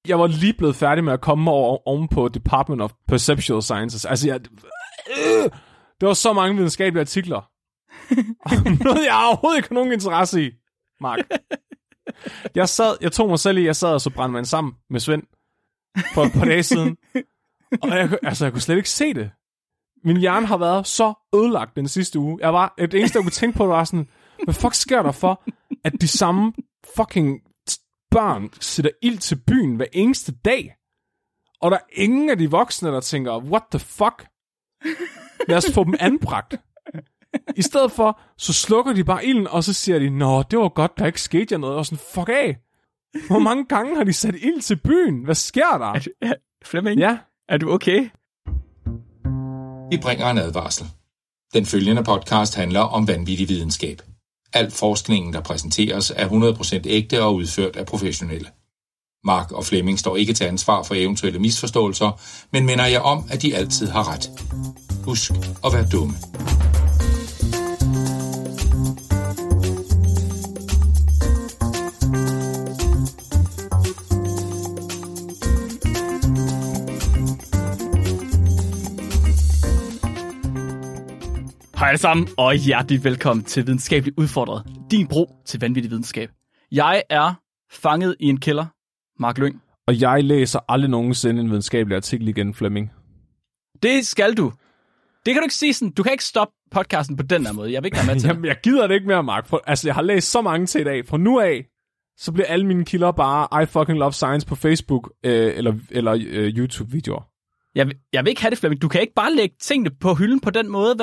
Jeg var lige blevet færdig med at komme oven på Department of Perceptual Sciences. Altså, det var så mange videnskabelige artikler. Noget, jeg overhovedet ikke har nogen interesse i, Mark. Jeg tog mig selv i, jeg sad og så brændte mig sammen med Svend for et par dage siden. Og jeg kunne slet ikke se det. Min hjerne har været så ødelagt den sidste uge. Det eneste, jeg kunne tænke på, var sådan, hvad fuck sker der for, at de samme fucking børn sætter ild til byen hver eneste dag? Og der er ingen af de voksne, der tænker, what the fuck? Lad os få dem anbragt. I stedet for, så slukker de bare ilden, og så siger de, nå, det var godt, der ikke skete jer noget. Og sådan, fuck af. Hvor mange gange har de sat ild til byen? Hvad sker der? Flemming, ja? Er du okay? Vi bringer en advarsel. Den følgende podcast handler om vanvittig videnskab. Al forskningen, der præsenteres, er 100% ægte og udført af professionelle. Mark og Flemming står ikke til ansvar for eventuelle misforståelser, men minder jer om, at de altid har ret. Husk at være dumme. Hej alle sammen, og hjertelig velkommen til Videnskabeligt Udfordret. Din bro til vanvittig videnskab. Jeg er fanget i en kælder, Mark Lyng. Og jeg læser aldrig nogensinde en videnskabelig artikel igen, Flemming. Det skal du. Det kan du ikke sige sådan. Du kan ikke stoppe podcasten på den her måde. Jeg vil ikke være med til Jamen, jeg gider det ikke mere, Mark. Altså, jeg har læst så mange til i dag. Fra nu af, så bliver alle mine kilder bare I fucking love science på Facebook eller YouTube-videoer. Jeg vil ikke have det, Flemming. Du kan ikke bare lægge tingene på hylden på den måde.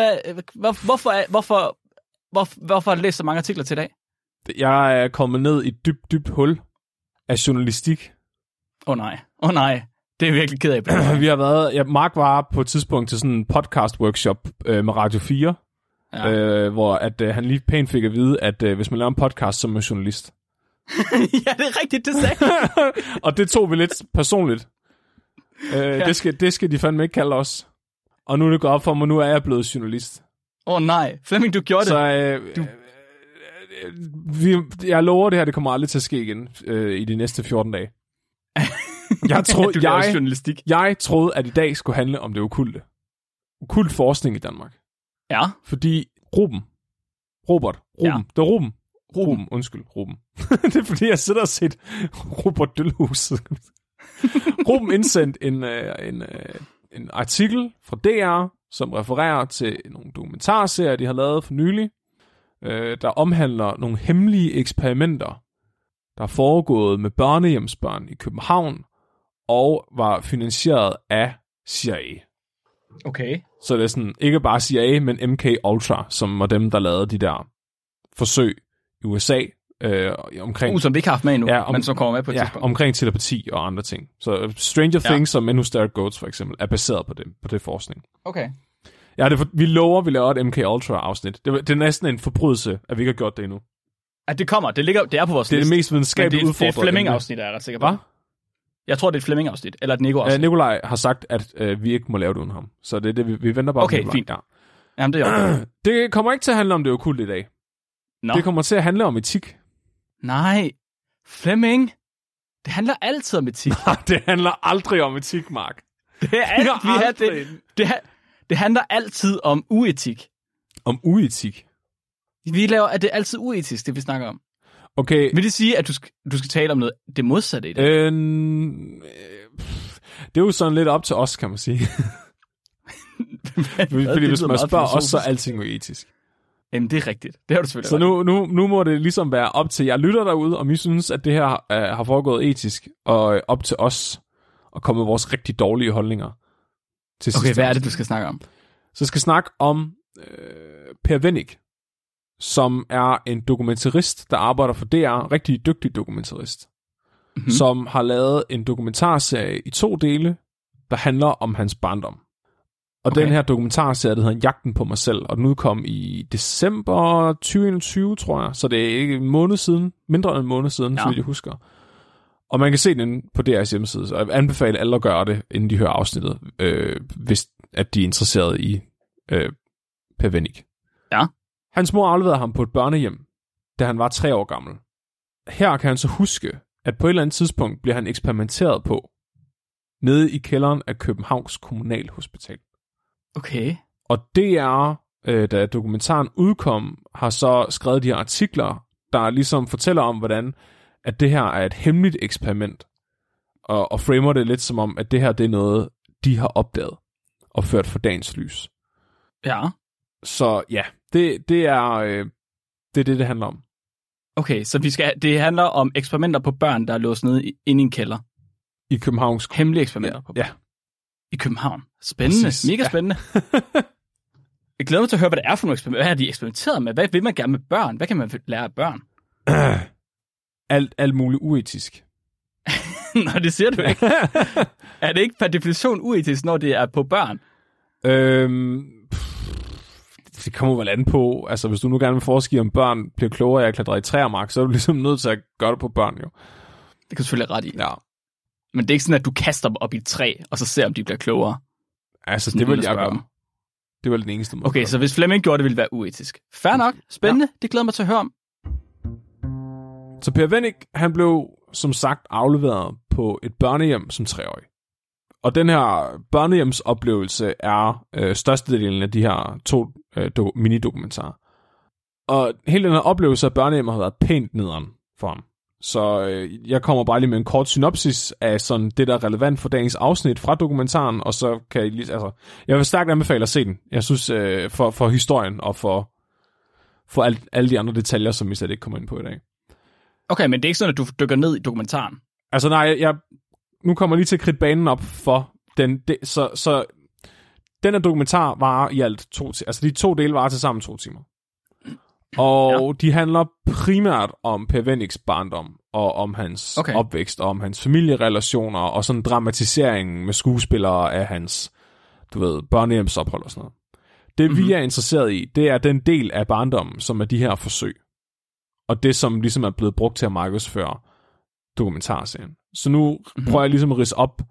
Hvorfor har du læst så mange artikler til i dag? Jeg er kommet ned i et dybt hul af journalistik. Åh nej. Det er virkelig ked af. Vi har været... Mark var på et tidspunkt til sådan en podcast-workshop med Radio 4, hvor at, han lige pænt fik at vide, at hvis man laver en podcast, så er man journalist. Ja, det er rigtigt, det sagde. Og det tog vi lidt personligt. Det skal de fandme ikke kalde os. Og nu er det gået op for mig, nu er jeg blevet journalist. Nej, Flemming, du gjorde så, det. Jeg lover det her, det kommer aldrig til at ske igen i de næste 14 dage. Jeg troede, at i dag skulle handle om det okulte. Okult forskning i Danmark. Ja. Fordi Ruben. Ja. Det var Ruben. Ruben. Det er fordi, jeg sidder og set Robert Dølhus. Ruben indsendte en artikel fra DR, som refererer til nogle dokumentarserier, de har lavet for nylig, der omhandler nogle hemmelige eksperimenter, der er foregået med børnehjemsbørn i København, og var finansieret af CIA. Okay. Så det er sådan, ikke bare CIA, men MK Ultra, som var dem, der lavede de der forsøg i USA, omkring... som vi ikke har haft med endnu, men som kommer med på et tidspunkt. Omkring telepati og andre ting. Så Stranger Things og Men Who Stare at Goats, for eksempel, er baseret på det forskning. Okay. Ja, vi lover, at vi laver et MK Ultra-afsnit. Det er næsten en forbrydelse, at vi ikke har gjort det endnu. At det kommer, det er på vores liste. Det er det mest videnskabeligt udfordrende. Det er et Flemming-afsnit, er jeg ret sikker på. Hvad? Jeg tror, det er et Flemming-afsnit, eller et Nico-afsnit. Nikolaj har sagt, at vi ikke må lave det uden ham. Så det er det, vi venter bare på Nikolaj. Okay, fint. Ja. Jamen, det er okay. Det kommer ikke til at handle om det okulte i dag. No. Det kommer til at handle om etik. Nej, Flemming, det handler altid om etik. Det handler aldrig om etik, Mark. Det handler altid om uetik. Om uetik? Er det altid uetisk, det vi snakker om? Okay. Vil det sige, at du skal tale om noget det modsatte i det? Det er jo sådan lidt op til os, kan man sige. Fordi hvis man spørger os, så er alting uetisk. Jamen, det er rigtigt. Det har du selvfølgelig. Så nu må det ligesom være op til jer lytter derude, om I synes, at det her har foregået etisk, og op til os at komme med vores rigtig dårlige holdninger. Okay, hvad er det, du skal snakke om? Så jeg skal snakke om Per Wennick, som er en dokumentarist, der arbejder for DR, rigtig dygtig dokumentarist, som har lavet en dokumentarserie i 2 dele, der handler om hans barndom. Og den her dokumentarserie, der hedder Jagten på mig selv, og den udkom i december 2021, tror jeg, så det er ikke en måned siden, mindre end en måned siden, så vidt jeg husker. Og man kan se den på DR's hjemmeside, så jeg anbefaler alle at gøre det, inden de hører afsnittet, hvis at de er interesseret i Per Wennick. Ja. Hans mor afleverede ham på et børnehjem, da han var 3 år gammel. Her kan han så huske, at på et eller andet tidspunkt bliver han eksperimenteret på nede i kælderen af Københavns Kommunalhospital. Okay. Og DR, da dokumentaren udkom, har så skrevet de her artikler, der ligesom fortæller om, hvordan at det her er et hemmeligt eksperiment, og framer det lidt som om, at det her det er noget, de har opdaget og ført for dagens lys. Ja. Så ja, det er det handler om. Okay, så det handler om eksperimenter på børn, der er låst nede inde i en kælder. I Københavns... Hemmelige eksperimenter på børn. Ja. I København. Spændende. Præcis. Mega spændende. Jeg glæder mig til at høre, hvad det er for nogle eksperimenter. Hvad har de eksperimenteret med? Hvad vil man gerne med børn? Hvad kan man lære af børn? Alt muligt uetisk. Nå, det siger du ikke. Er det ikke per definition uetisk, når det er på børn? Det kommer vel an på. Altså, hvis du nu gerne vil forske om børn bliver klogere af at klatre i træer, Mark, så er du ligesom nødt til at gøre det på børn, jo. Det kan du selvfølgelig ret i. Ja. Men det er ikke sådan, at du kaster dem op i et træ, og så ser, om de bliver klogere. Altså, det vil jeg gøre. Det var den eneste måde. Okay, så hvis Flemming gjorde det, ville det være uetisk. Fair nok. Spændende. Ja. Det glæder mig til at høre om. Så Per Wennick, han blev som sagt afleveret på et børnehjem som 3-årig. Og den her børnehjemsoplevelse er størstedelen af de her 2 minidokumentarer. Og hele den her oplevelse af børnehjemmet har været pænt nederen for ham. Så jeg kommer bare lige med en kort synopsis af sådan det, der er relevant for dagens afsnit fra dokumentaren, og så kan I lige... Altså, jeg vil stærkt anbefale at se den. Jeg synes, for historien og for alle de andre detaljer, som vi slet ikke kommer ind på i dag. Okay, men det er ikke sådan, at du dykker ned i dokumentaren? Altså nej, nu kommer jeg lige til at kridte banen op for den. Så den her dokumentar varer i alt 2 timer. Altså de 2 dele varer til sammen 2 timer. Og de handler primært om Per Wennicks barndom, og om hans opvækst, og om hans familierelationer, og sådan dramatiseringen med skuespillere af hans, børnehjemsophold og sådan noget. Det vi er interesseret i, det er den del af barndommen, som er de her forsøg. Og det, som ligesom er blevet brugt til at markedsføre dokumentarserien. Så nu prøver jeg ligesom at ridse op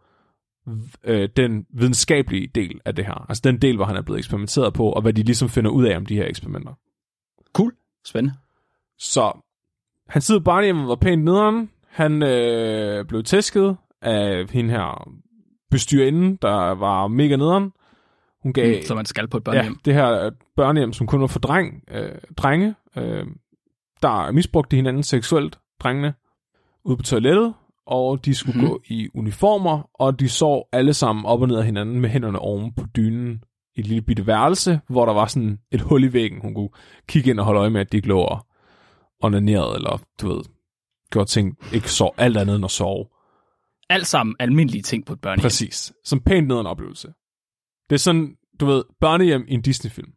den videnskabelige del af det her. Altså den del, hvor han er blevet eksperimenteret på, og hvad de ligesom finder ud af om de her eksperimenter. Cool. Spændende. Så hans tid på barnehjemmet var pænt nederen. Han blev tæsket af hende her bestyrerinde, der var mega nederen. Hun gav... Så man skal på et børnehjem. Ja, det her børnehjem, som kun var for drenge. Der misbrugte hinanden seksuelt, drengene, ude på toilettet, og de skulle gå i uniformer, og de sov alle sammen op og ned af hinanden med hænderne oven på dynen i et lille bitte værelse, hvor der var sådan et hul i væggen, hun kunne kigge ind og holde øje med, at de ikke lå og onanerede, eller gjorde ting, ikke sov alt andet end at sove. Alt sammen almindelige ting på et børnehjem. Præcis. Som pænt ned en oplevelse. Det er sådan, børnehjem i en Disney-film.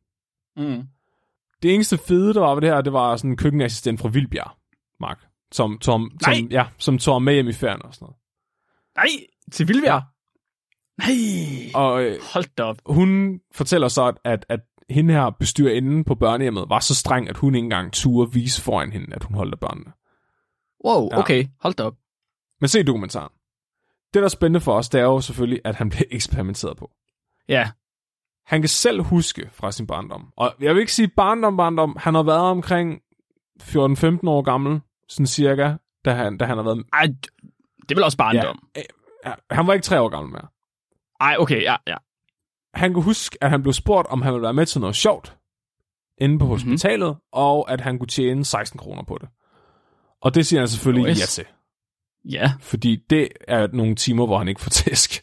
Det eneste fede, der var ved det her, det var sådan en køkkenassistent fra Vildbjerg, Mark. Som tog med hjem i ferien og sådan noget. Nej, til Vildbjerg? Ja. Nej, og hold da op. Hun fortæller så, at hende her bestyrerinden på børnehjemmet var så streng, at hun ikke engang turde vise foran hende, at hun holdt af børnene. Wow, okay, hold da op. Men se dokumentaren. Det, der er spændende for os, det er jo selvfølgelig, at han bliver eksperimenteret på. Ja. Han kan selv huske fra sin barndom. Og jeg vil ikke sige barndom. Han har været omkring 14-15 år gammel, sådan cirka, da han har været... Ej, det er vel også barndom. Ja, han var ikke 3 år gammel mere. Ej, okay, ja. Han kunne huske, at han blev spurgt, om han ville være med til noget sjovt inde på hospitalet, og at han kunne tjene 16 kroner på det. Og det siger han selvfølgelig ja til. Ja. Fordi det er nogle timer, hvor han ikke får tæsk.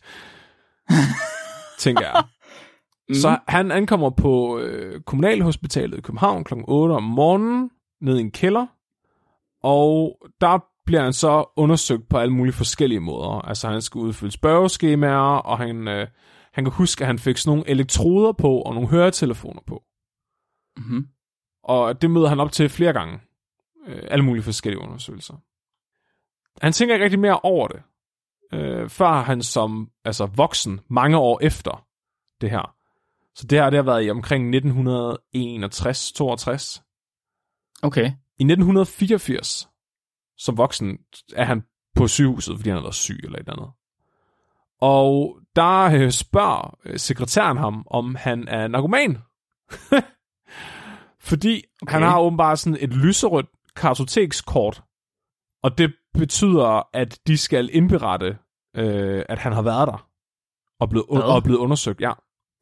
Tænker jeg. Så han ankommer på Kommunalhospitalet i København kl. 8 om morgenen, ned i en kælder, og der bliver han så undersøgt på alle mulige forskellige måder. Altså han skal udfylde spørgeskemaer, og han kan huske, at han fik sådan nogle elektroder på, og nogle høretelefoner på. Og det møder han op til flere gange. Alle mulige forskellige undersøgelser. Han tænker ikke rigtig mere over det. Før han som voksen, mange år efter det her. Så det har været i omkring 1961-62. Okay. I 1984, som voksen, er han på sygehuset, fordi han har været syg eller et eller andet. Og der spørger sekretæren ham, om han er narkoman. Fordi han har åbenbart sådan et lyserødt kartotekskort. Og det betyder, at de skal indberette, at han har været der og blevet undersøgt, ja.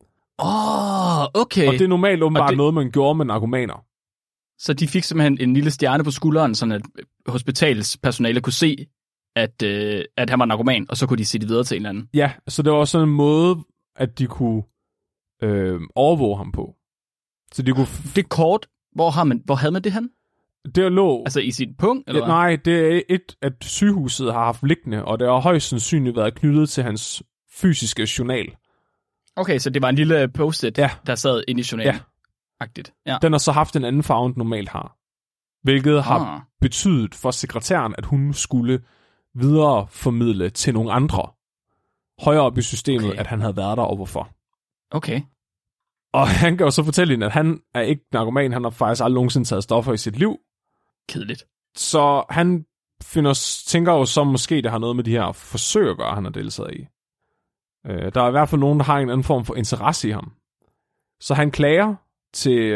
Okay. Og det er normalt åbenbart noget, man gjorde med narkomaner. Så de fik simpelthen en lille stjerne på skulderen, sådan at hospitalspersonale kunne se, at han var narkoman, og så kunne de se det videre til en eller anden. Ja, så det var også sådan en måde, at de kunne overvåge ham på. Så de kunne... Det kort, hvor havde man det hen? Det lå... Altså i sit punkt, eller hvad? Nej, det er at sygehuset har haft liggende, og det har højst sandsynligt været knyttet til hans fysiske journal. Okay, så det var en lille post-it, der sad inde i journalen. Agtigt. Ja. Den har så haft en anden farve, end normalt har. Hvilket har betydet for sekretæren, at hun skulle videreformidle til nogle andre højere op i systemet, at han havde været der, og hvorfor. Okay. Og han kan jo så fortælle hende, at han er ikke narkoman, han har faktisk aldrig nogensinde taget stoffer i sit liv. Kedeligt. Så han tænker jo så måske, det har noget med de her forsøg at gøre, han har deltaget i. Der er i hvert fald nogen, der har en anden form for interesse i ham. Så han klager til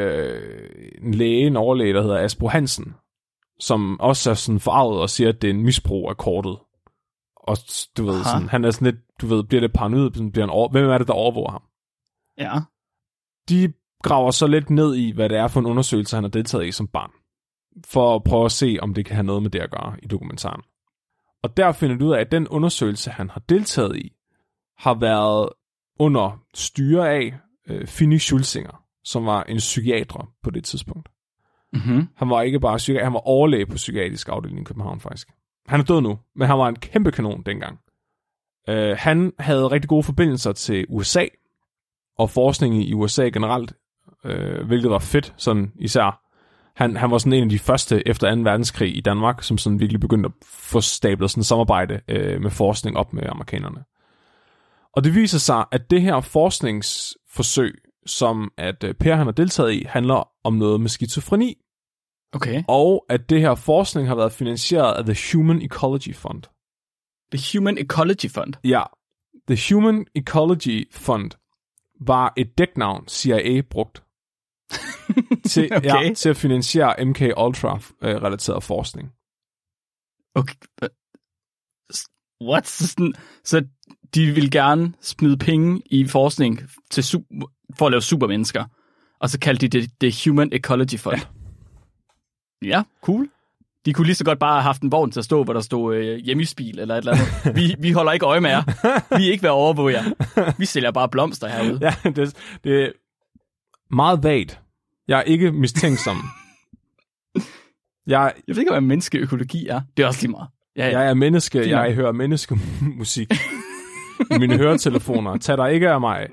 en overlæge, der hedder Asbro Hansen, som også er sådan forarvet og siger, at det er en misbrug af kortet. Og du ved, sådan, han er sådan lidt, bliver lidt paranoid, hvem er det, der overvåger ham? Ja. De graver så lidt ned i, hvad det er for en undersøgelse, han har deltaget i som barn, for at prøve at se, om det kan have noget med det at gøre i dokumentaren. Og der finder du ud af, at den undersøgelse, han har deltaget i, har været under styre af Finny Schulzinger, som var en psykiater på det tidspunkt. Mm-hmm. Han var ikke bare psykiater, han var overlæge på psykiatrisk afdeling i København faktisk. Han er død nu, men han var en kæmpe kanon dengang. Han havde rigtig gode forbindelser til USA, og forskning i USA generelt, hvilket var fedt, sådan især. Han var sådan en af de første efter 2. verdenskrig i Danmark, som sådan virkelig begyndte at få stablet sådan et samarbejde med forskning op med amerikanerne. Og det viser sig, at det her forskningsforsøg, som at Per han har deltaget i, handler om noget med skizofreni. Okay. Og at det her forskning har været finansieret af The Human Ecology Fund. The Human Ecology Fund? Ja. The Human Ecology Fund var et dæknavn, CIA brugt til, okay. til at finansiere MK Ultra-relateret forskning. Okay. What? Så de vil gerne smide penge i forskning for at lave supermennesker, og så kaldte de det The Human Ecology Fund. Ja, cool. De kunne lige så godt bare have haft en vogn til at stå, hvor der stod hjemmespil eller et eller andet. Vi holder ikke øje med jer. Vi er ikke ved at overvåge jer. Vi sælger bare blomster herude. Ja, det er meget vagt. Jeg er ikke mistænksom. Jeg ved ikke, hvad menneskeøkologi er. Det er også lige meget. Ja. Jeg er menneske. Jeg hører menneskemusik i mine høretelefoner. Tag dig ikke af mig.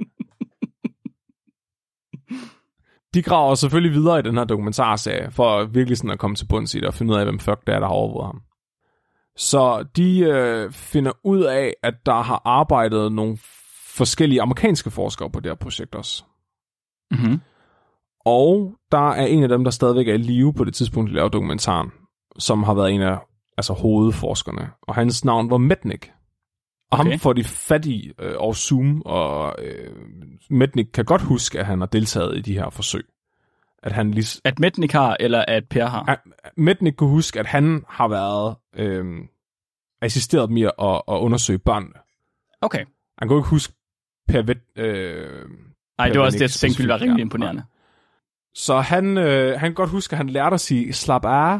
De graver selvfølgelig videre i den her dokumentarserie, for virkelig sådan at komme til bunds i det, og finde ud af, hvem fuck det er, der har overvåget ham. Så de finder ud af, at der har arbejdet nogle forskellige amerikanske forskere på det her projekt også. Mm-hmm. Og der er en af dem, der stadigvæk er i live på det tidspunkt, de laver dokumentaren, som har været en af hovedforskerne. Og hans navn var Mednick. Og ham får de fat i over Zoom, og Mednick kan godt huske, at han har deltaget i de her forsøg. At Mednick har, eller at Per har? Mednick kunne huske, at han har været assisteret dem i at undersøge børnene. Okay. Han kunne ikke huske Per Nej, det var også det, jeg tænkte ville være rimelig imponerende. Så han kan godt huske, at han lærte at sige slap af.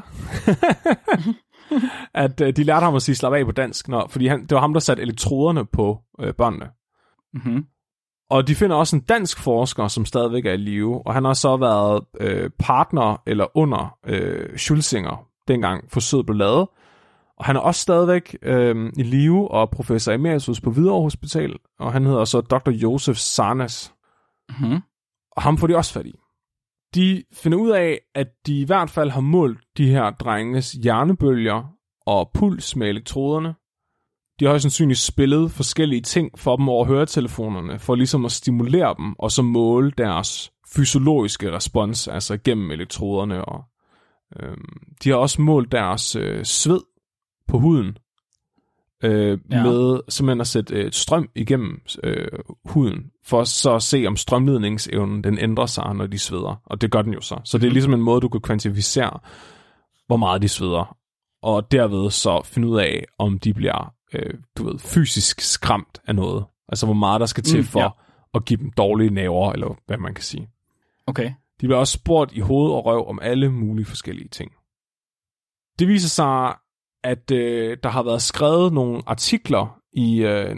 At de lærte ham at sige slap af på dansk, fordi det var ham, der satte elektroderne på børnene. Mm-hmm. Og de finder også en dansk forsker, som stadigvæk er i live, og han har så været partner eller under Schulzinger, dengang forsøget blev lavet. Og han er også stadigvæk i live og professor emeritus på Hvidovre Hospital, og han hedder så Dr. Josef Sarnas. Mm-hmm. Og ham får de også fat i. De finder ud af, at de i hvert fald har målt de her drenges hjernebølger og puls med elektroderne. De har højst sandsynligt spillet forskellige ting for dem over høretelefonerne, for ligesom at stimulere dem, og så måle deres fysiologiske respons, altså gennem elektroderne. Og, de har også målt deres sved på huden, med simpelthen at sætte strøm igennem huden, for så at se, om strømledningsevnen den ændrer sig, når de sveder. Og det gør den jo så. Så det er ligesom en måde, du kan kvantificere, hvor meget de sveder. og derved så finde ud af, om de bliver fysisk skræmt af noget. Altså, hvor meget der skal til for at give dem dårlige nerver, eller hvad man kan sige. Okay. De bliver også spurgt i hoved og røv om alle mulige forskellige ting. Det viser sig, at der har været skrevet nogle artikler i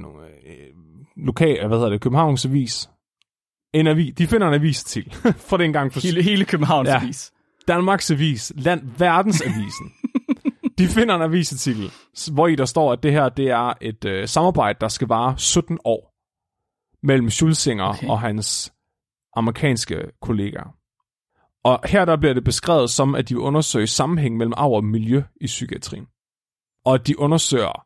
Københavns Avis. De finder en avisartikel for den gang. Hele Københavns Avis. Danmarks Avis, Verdensavisen. De finder en avisartikel, hvor i der står, at det her det er et samarbejde, der skal vare 17 år mellem Schultzinger og hans amerikanske kollegaer. Og her der bliver det beskrevet som, at de vil undersøge sammenhæng mellem arv og miljø i psykiatrien. Og de undersøger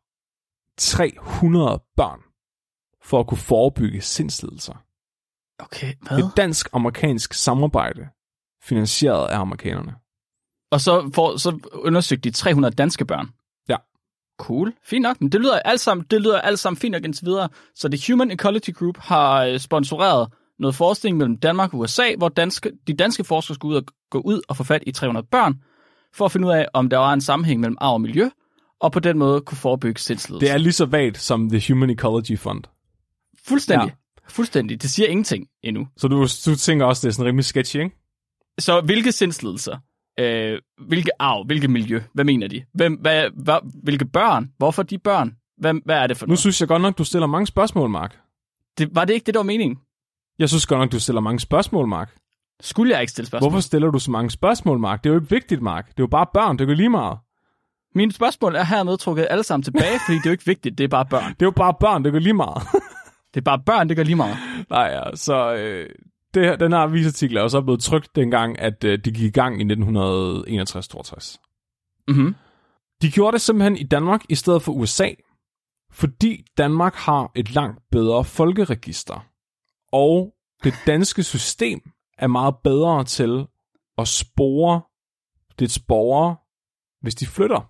300 børn for at kunne forebygge sindslidelser. Okay, hvad? Et dansk-amerikansk samarbejde, finansieret af amerikanerne. Og så undersøgte de 300 danske børn? Ja. Cool, fint nok. Men det lyder alt sammen fint nok indtil videre. Så The Human Ecology Group har sponsoreret noget forskning mellem Danmark og USA, hvor de danske forskere skulle gå ud og få fat i 300 børn, for at finde ud af, om der var en sammenhæng mellem arv og miljø, og på den måde kunne forebygge sindslidelser. Det er lige så vagt som The Human Ecology Fund. Fuldstændig. Ja. Fuldstændig. Det siger ingenting endnu. Så du tænker også, det er sådan rimelig sketchy, ikke? Så hvilke sindslidelser? Hvilke arv? Hvilke miljø? Hvad mener de? Hvilke børn? Hvorfor de børn? Hvad er det for noget? Nu synes jeg godt nok, du stiller mange spørgsmål, Mark. Var det ikke det, der var meningen? Jeg synes godt nok, du stiller mange spørgsmål, Mark. Skulle jeg ikke stille spørgsmål? Hvorfor stiller du så mange spørgsmål, Mark? Det er jo ikke vigtigt, Mark. Det er jo bare børn. Det er jo lige meget. Mine spørgsmål er hermed trukket alle sammen tilbage, fordi det er jo ikke vigtigt. Det er bare børn. Det er jo bare børn. Det går lige meget. Det er bare børn. Det går lige meget. Nej, ja. Så den her avisartikel er jo så blevet trykt dengang, at de gik i gang i 1961-62. Mhm. De gjorde det simpelthen i Danmark i stedet for USA, fordi Danmark har et langt bedre folkeregister. Og det danske system er meget bedre til at spore dets borgere, hvis de flytter.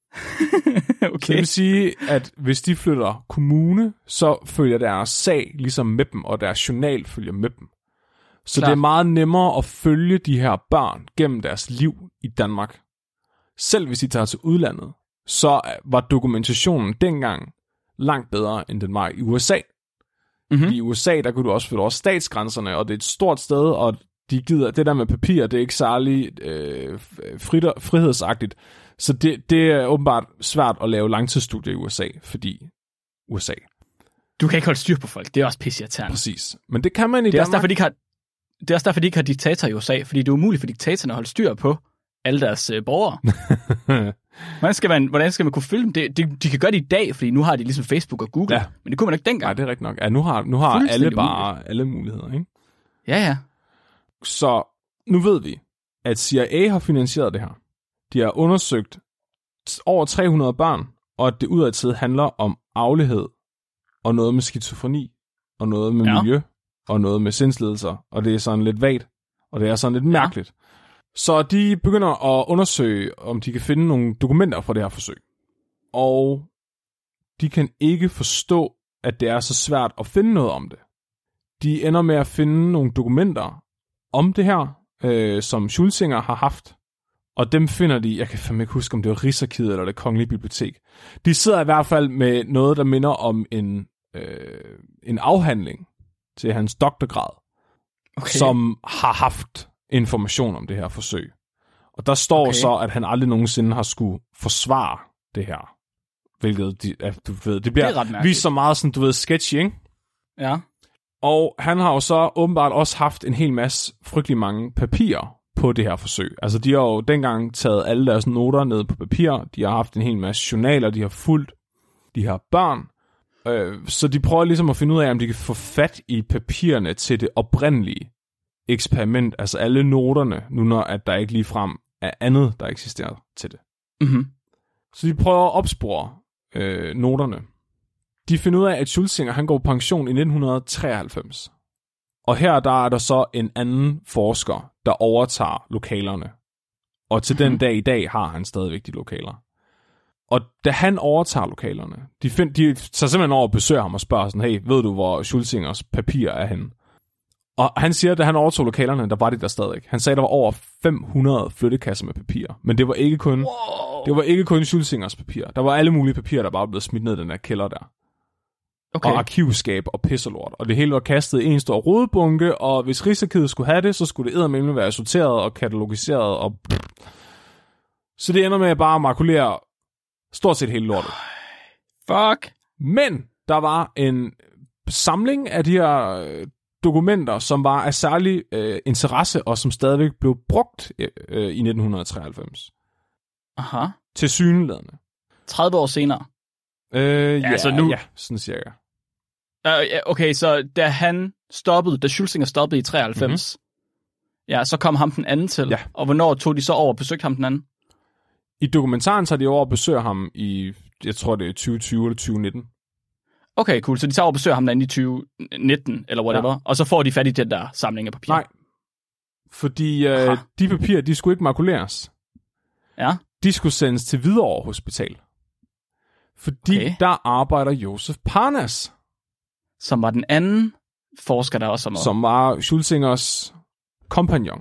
Okay. Så det vil sige, at hvis de flytter kommune, så følger deres sag ligesom med dem, og deres journal følger med dem. Så det er meget nemmere at følge de her børn gennem deres liv i Danmark. Selv hvis de tager til udlandet, så var dokumentationen dengang langt bedre, end den var i USA. Mm-hmm. I USA, der kunne du også flytte over statsgrænserne, og det er et stort sted, og de gider, det der med papir, det er ikke særlig frihedsagtigt. Så det er åbenbart svært at lave langtidsstudier i USA, fordi USA. Du kan ikke holde styr på folk, det er også pisseirriterende. Præcis, men det kan man i det er Danmark. Det er også derfor, de ikke har diktator i USA, fordi det er umuligt for diktatorerne at holde styr på alle deres borgere. Hvordan skal man kunne følge dem? De kan gøre det i dag, fordi nu har de ligesom Facebook og Google, men det kunne man ikke dengang. Nej, det er rigtigt nok. Ja, nu har alle bare alle muligheder, ikke? Ja. Så nu ved vi, at CIA har finansieret det her. De har undersøgt over 300 børn, og at det udadtil handler om arvelighed, og noget med skizofreni, og noget med miljø, og noget med sindslidelser, og det er sådan lidt vagt, og det er sådan lidt mærkeligt. Så de begynder at undersøge, om de kan finde nogle dokumenter fra det her forsøg. Og de kan ikke forstå, at det er så svært at finde noget om det. De ender med at finde nogle dokumenter om det her, som Schultzinger har haft. Og dem finder de, jeg kan fandme ikke huske, om det var Rigsarkivet eller det Kongelige Bibliotek. De sidder i hvert fald med noget, der minder om en afhandling til hans doktorgrad, som har haft information om det her forsøg. Og der står så, at han aldrig nogensinde har skulle forsvare det her. Hvilket, du ved, det bliver vist så meget sådan, du ved, sketchy, ikke? Ja. Og han har jo så åbenbart også haft en hel masse frygtelig mange papirer på det her forsøg. Altså, de har jo dengang taget alle deres noter ned på papir. De har haft en hel masse journaler, de har fulgt de her børn. Så de prøver ligesom at finde ud af, om de kan få fat i papirerne til det oprindelige eksperiment. Altså alle noterne, nu når at der ikke ligefrem er andet, der eksisterer til det. Mm-hmm. Så de prøver at opspore noterne. De finder ud af, at Schultzinger, han går på pension i 1993. Og her der er der så en anden forsker, der overtager lokalerne. Og til den dag i dag har han stadigvæk de lokaler. Og da han overtager lokalerne, de tager simpelthen over og besøger ham og spørger sådan, hey, ved du, hvor Schultzingers papir er henne? Og han siger, at da han overtog lokalerne, der var de der stadig. Han sagde, at der var over 500 flyttekasser med papir. Men det var ikke kun, Schulzingers papir. Der var alle mulige papirer, der bare blev smidt ned i den der kælder der. Okay. Og arkivskab og pisselort. Og det hele var kastet i en stor rodebunke, og hvis Rigsarkivet skulle have det, så skulle det eddermame være sorteret og katalogiseret. Og så det ender med at bare makulere stort set hele lortet. Fuck. Men der var en samling af de her dokumenter, som var af særlig interesse, og som stadigvæk blev brugt i 1993. Aha. Tilsyneladende. 30 år senere? Altså nu. Ja, sådan cirka. Okay, så da Schulzinger stoppede i 93, ja, så kom ham den anden til. Ja. Og hvornår tog de så over og besøgte ham den anden? I dokumentaren tager de over og besøger ham i, jeg tror det er 2020 eller 2019. Okay, cool. Så de tager over og besøger ham den anden i 2019, eller whatever, ja. Og så får de fat i den der samling af papir. Nej, fordi de papirer, de skulle ikke makuleres. Ja. De skulle sendes til Hvidovre Hospital. Fordi der arbejder Josef Parnas. Som var den anden forsker, der også var med. Som var Schulzingers kompagnon.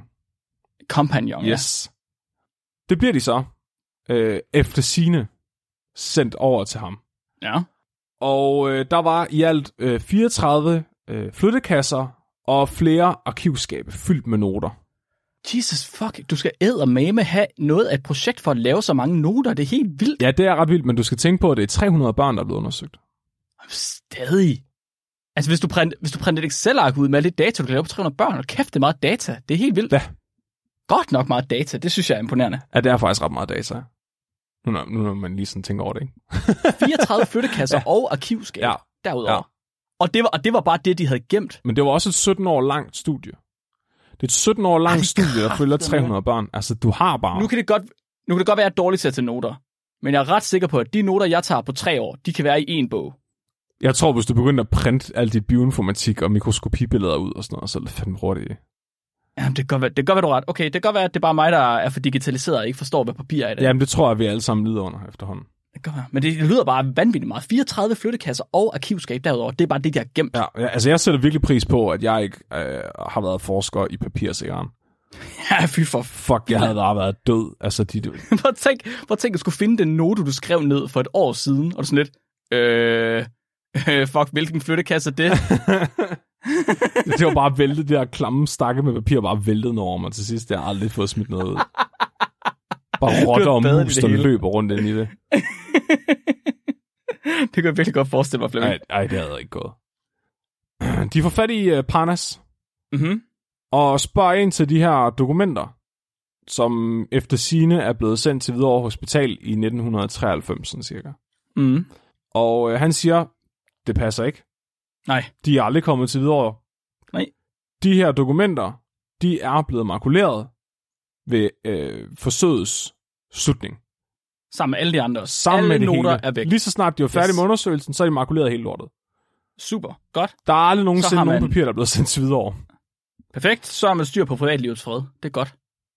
Yes. Det bliver de så efter sigende sendt over til ham. Ja. Og der var i alt 34 flyttekasser og flere arkivskabe fyldt med noter. Jesus fuck, du skal eddermame have noget af et projekt for at lave så mange noter. Det er helt vildt. Ja, det er ret vildt, men du skal tænke på, at det er 300 børn, der er blevet undersøgt. Stadig. Altså, hvis du printer et Excel-ark ud med lidt data, du kan lave på 300 børn, og kæft, det er meget data. Det er helt vildt. Ja. Godt nok meget data. Det synes jeg er imponerende. Ja, det er faktisk ret meget data. Nu når man lige sådan tænker over det, ikke? 34 flyttekasser og arkivskab derudover. Ja. Og det var bare det, de havde gemt. Men det var også et 17 år langt studie. Det er et 17 år langt studie, der følger 300 børn. Altså, du har bare... Nu kan det godt være, at jeg er dårlig til at tage noter. Men jeg er ret sikker på, at de noter, jeg tager på 3 år, de kan være i en bog. Jeg tror, hvis du begynder at printe alt dit bioinformatik og mikroskopibilleder ud og sådan noget, så er det fandme hurtigt. Jamen, det kan godt være, du ret. Okay, det kan godt være, at det er bare mig, der er for digitaliseret og ikke forstår, hvad papir er i det. Jamen, det tror jeg, vi alle sammen lider under efterhånden. Det kan godt være. Men det lyder bare vanvittigt meget. 34 flyttekasser og arkivskab derudover. Det er bare det, de har gemt. Ja, altså jeg sætter virkelig pris på, at jeg ikke har været forsker i papirsæren. Ja, fy for fuck, jeg havde bare været død. Altså, Prøv at tænk, at skulle finde den note, du skrev ned for et år siden, og du sådan lidt, fuck, hvilken flyttekasse er det? Det var bare væltet, det der klamme stakke med papir, bare væltet noget over mig til sidst. Jeg har aldrig fået smidt noget ud. Bare rotter og mus, der løber rundt ind i det. Det kan jeg virkelig godt forestille mig, Flemming. Nej, det havde ikke gået. De får fat i Parnas, og spørger ind til de her dokumenter, som efter sigende er blevet sendt til Hvidovre Hospital i 1993, sådan cirka. Og han siger, det passer ikke. Nej. De er aldrig kommet til Hvidovre. Nej. De her dokumenter, de er blevet makuleret ved forsøgets slutning. Sammen med alle de andre. Sammen alle med det noter hele. Er væk. Lige så snart de var færdige med undersøgelsen, så er de makuleret helt lortet. Super. Godt. Der er aldrig nogensinde nogen papir, der er blevet sendt videre. Perfekt. Så har man styr på privatlivets fred. Det er godt.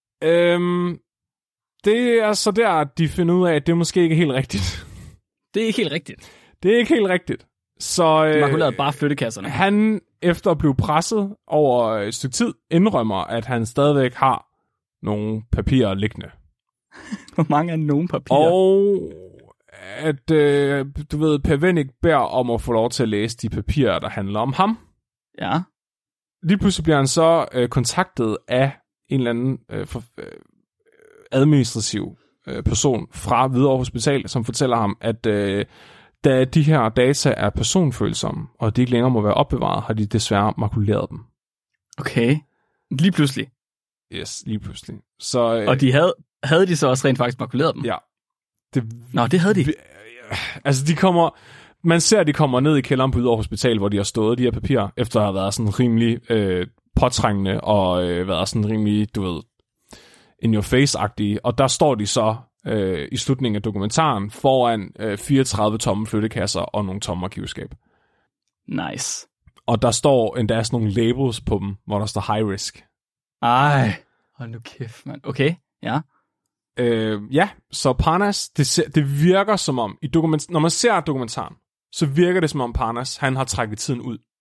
Det er så der, at de finder ud af, at det måske ikke er helt rigtigt. Det er ikke helt rigtigt. Det er ikke helt rigtigt. Så de makulerede bare flyttekasserne. Han, efter at blive presset over et stykke tid, indrømmer, at han stadigvæk har nogle papirer liggende. Hvor mange er nogle papirer? Og at, du ved, Pavenik beder om at få lov til at læse de papirer, der handler om ham. Ja. Lige pludselig bliver han så kontaktet af en eller anden administrativ person fra Hvidovre Hospital, som fortæller ham, at da de her data er personfølsomme, og de ikke længere må være opbevaret, har de desværre makuleret dem. Okay. Lige pludselig? Yes, lige pludselig. Så, og de havde de så også rent faktisk makuleret dem? Ja. Nå, det havde de. Altså, man ser, at de kommer ned i kælderen på Hvidovre Hospital, hvor de har stået, de her papirer, efter at have været sådan rimelig påtrængende, og været sådan rimelig, du ved, in your face-agtige. Og der står de så i slutningen af dokumentaren foran 34 tomme flyttekasser og nogle tomme arkivskab. Nice. Og der står endda sådan nogle labels på dem, hvor der står high risk. Ej, hold nu kæft, mand. Okay, ja. Ja, så Parnas, det virker som om, når man ser dokumentaren, så virker det som om Parnas, han har trækket tiden ud.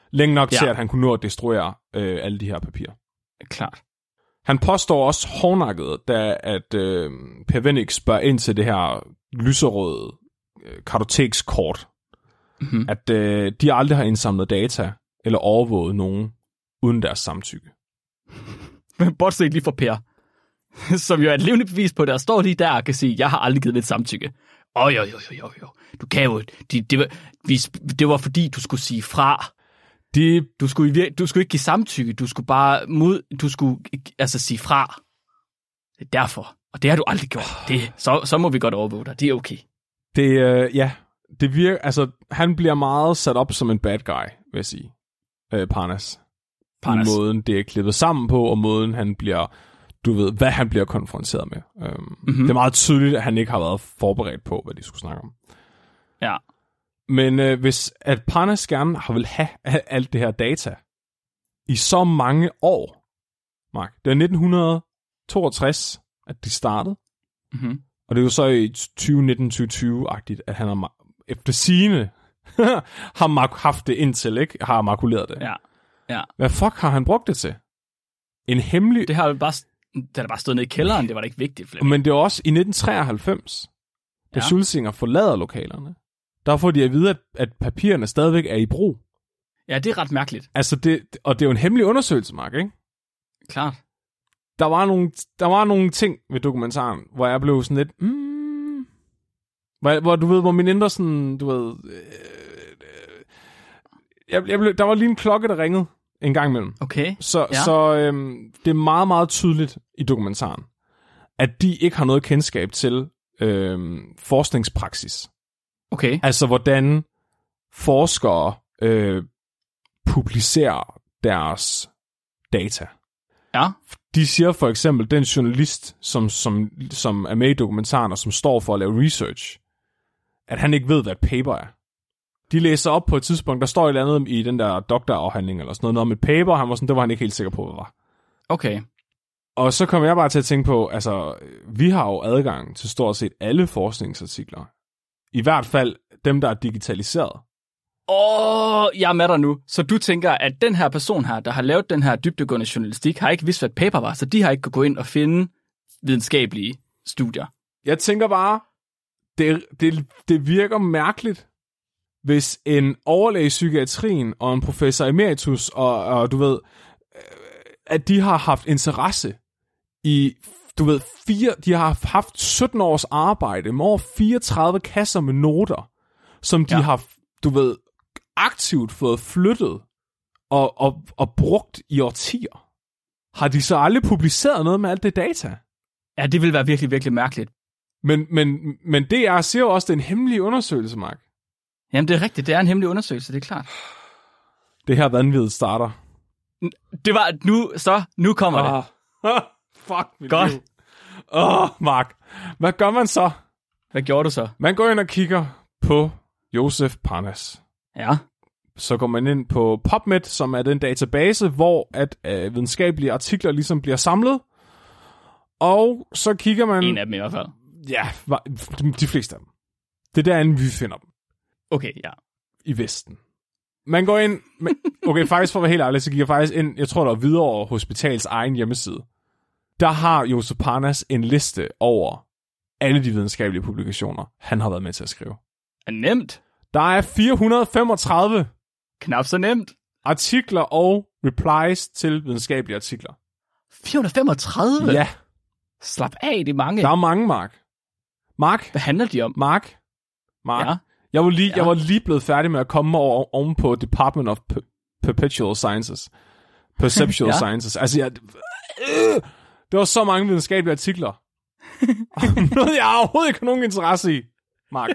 Længe nok til, at han kunne nå at destruere alle de her papirer. Klart. Han påstår også hårdnakket, da at Per Wennick spørger ind til det her lyserøde kartotekskort, at de aldrig har indsamlet data eller overvåget nogen uden deres samtykke. Men bortset lige fra Per, som jo er et levende bevis på, der står lige der og kan sige, jeg har aldrig givet mit samtykke. Jo. Du kan jo. Det var fordi, du skulle sige fra. Du skulle ikke give samtykke. Du skulle bare sige fra. Det er derfor. Og det har du aldrig gjort. Så må vi godt overvåge dig. Det er okay. Det virker, altså, han bliver meget sat op som en bad guy, vil jeg sige. Parnas. I måden, det er klippet sammen på, og måden, han bliver, hvad han bliver konfronteret med. Det er meget tydeligt, at han ikke har været forberedt på, hvad de skulle snakke om. Ja. Men hvis at Parnas gerne vil have alt det her data i så mange år, Mark, det er 1962, at de startede, og det er jo så i 2019-2020-agtigt, at han har efter sigende har haft det indtil, ikke? Har makuleret det. Ja. Hvad fuck har han brugt det til? En hemmelig... Det har bare stået nede i kælderen, det var da ikke vigtigt. Flemming. Men det er også i 1993, da Sulzinger forlader lokalerne. Der får de at vide, at papirerne stadigvæk er i brug. Ja, det er ret mærkeligt. Altså, og det er jo en hemmelig undersøgelse, Mark, ikke? Klart. Der var nogle ting ved dokumentaren, hvor jeg blev sådan lidt... hvor min indre sådan, der var lige en klokke, der ringede en gang imellem. Okay. Så det er meget, meget tydeligt i dokumentaren, at de ikke har noget kendskab til forskningspraksis. Okay. Altså, hvordan forskere publicerer deres data. Ja. De siger for eksempel, den journalist, som er med i dokumentaren, og som står for at lave research, at han ikke ved, hvad et paper er. De læser op på et tidspunkt, der står et eller andet i den der doktorafhandling, eller sådan noget om et paper, og han var sådan, det var han ikke helt sikker på, hvad var. Okay. Og så kom jeg bare til at tænke på, altså, vi har jo adgang til stort set alle forskningsartikler. I hvert fald dem, der er digitaliseret. Jeg er med dig nu. Så du tænker, at den her person her, der har lavet den her dybdegående journalistik, har ikke vidst, hvad et paper var, så de har ikke kunnet gå ind og finde videnskabelige studier. Jeg tænker bare, det virker mærkeligt, hvis en overlæge i psykiatrien og en professor emeritus, og du ved, at de har haft interesse i, de har haft 17 års arbejde med over 34 kasser med noter, som de har, aktivt fået flyttet og brugt i årtier. Har de så aldrig publiceret noget med alt det data? Ja, det vil være virkelig, virkelig mærkeligt. Men DR siger jo også, det er en hemmelig undersøgelse, Mark. Jamen, det er rigtigt. Det er en hemmelig undersøgelse, det er klart. Det her vanvid starter. Det var... Nu kommer det. Fuck mit godt. liv. Mark. Hvad gør man så? Hvad gjorde du så? Man går ind og kigger på Josef Parnas. Ja. Så går man ind på PubMed, som er den database, hvor at videnskabelige artikler ligesom bliver samlet. Og så kigger man... En af dem i hvert fald. Ja, de fleste af dem. Det er derinde, vi finder dem. Okay, ja. I Vesten. Man går ind... Okay, faktisk for at være helt ærlig, så gik jeg faktisk ind... Jeg tror, der var Hvidovre Hospitals egen hjemmeside. Der har Josef Parnas en liste over alle de videnskabelige publikationer, han har været med til at skrive. Er nemt. Der er 435... Knap så nemt. Artikler og replies til videnskabelige artikler. 435? Ja. Slap af, det er mange. Der er mange, Mark. Hvad handler de om? Mark. Ja. Jeg var lige blevet færdig med at komme oven på Department of Perpetual Sciences. Perceptual Sciences. Altså, det var så mange videnskabelige artikler. Noget, jeg overhovedet ikke har nogen interesse i, Mark.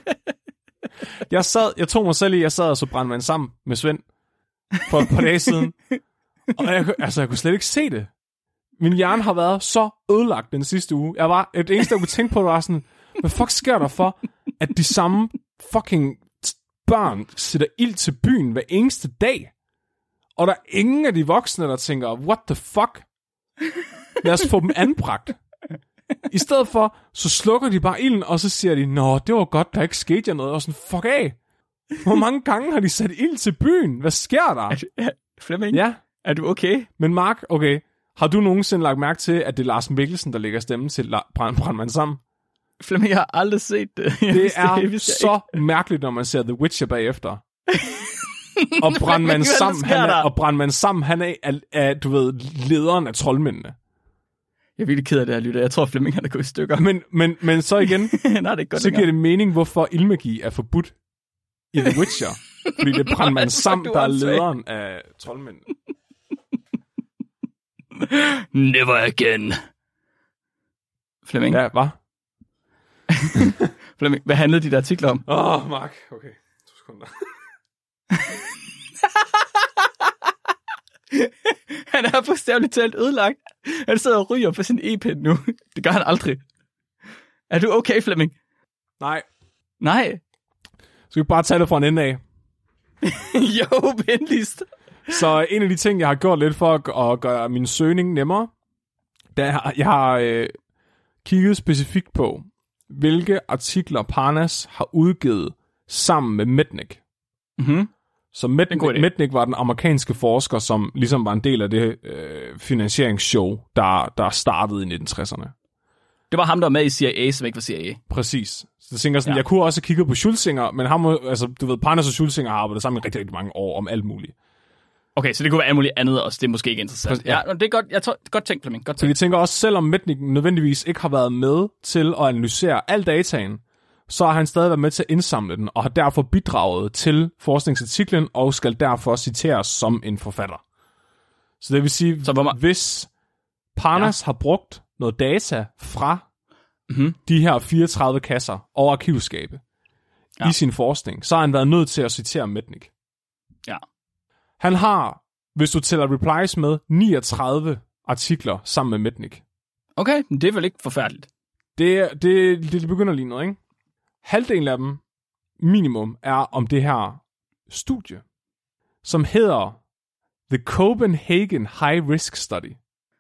Jeg tog mig selv i, jeg sad og så brandmand sammen med Svend for et par dage siden. Og jeg kunne slet ikke se det. Min hjerne har været så ødelagt den sidste uge. Det eneste, jeg kunne tænke på, var sådan, hvad fuck sker der for, at de samme fucking børn sætter ild til byen hver eneste dag? Og der er ingen af de voksne, der tænker, what the fuck? Lad os få dem anbragt. I stedet for, så slukker de bare ilden, og så siger de, nå, det var godt, der ikke skete noget. Og sådan, fuck af. Hvor mange gange har de sat ild til byen? Hvad sker der? Flemming, Ja, er du okay? men Mark, okay. Har du nogensinde lagt mærke til, at det er Lars Mikkelsen, der lægger stemmen til Brandmand Sam? Flemming, jeg har aldrig set det. Det er så mærkeligt, når man ser The Witcher bagefter. Og Brandmand Sam, han er, du ved, lederen af troldmændene. Jeg er virkelig ked af det her, lytter. Jeg tror, Flemming han er gået i stykker. Men så igen, nej, det er godt så giver det mening, hvorfor ildmagi er forbudt i The Witcher. Fordi det er Brandmand Sam, der er lederen af troldmændene. Never again. Flemming? Ja, hvad? Flemming, hvad handlede de der artikler om? Mark. Okay, 2 sekunder. Han er bogstaveligt talt ødelagt. Han sidder og ryger på sin e-pen nu. Det gør han aldrig. Er du okay, Flemming? Nej. Skal vi bare tage det fra en ende af? Jo, venligst. Så en af de ting, jeg har gjort lidt for at gøre min søgning nemmere, jeg har kigget specifikt på, hvilke artikler Parnas har udgivet sammen med Mednick. Mhm. Så Mednick var den amerikanske forsker, som ligesom var en del af det finansieringsshow, der startede i 1960'erne. Det var ham, der var med i CIA, som ikke var CIA. Præcis. Så jeg tænker sådan, jeg kunne også kigge på Schultzinger, men du ved, Parnas og Schultzinger har arbejdet sammen i rigtig, rigtig mange år om alt muligt. Okay, så det kunne være alt muligt andet også. Det er måske ikke interessant. Ja, det er godt. Jeg tror, godt tænkt, Flemming. Så vi tænker også, selvom Mednick nødvendigvis ikke har været med til at analysere al dataen, så har han stadig været med til at indsamle den, og har derfor bidraget til forskningsartiklen, og skal derfor citeres som en forfatter. Så det vil sige, hvis Parnas har brugt noget data fra de her 34 kasser og arkivskabe i sin forskning, så har han været nødt til at citere Mednick. Ja. Han har, hvis du tæller replies med, 39 artikler sammen med Mednick. Okay, men det er vel ikke forfærdeligt. Det begynder lige noget, ikke? Halvdelen af dem, minimum, er om det her studie, som hedder The Copenhagen High Risk Study.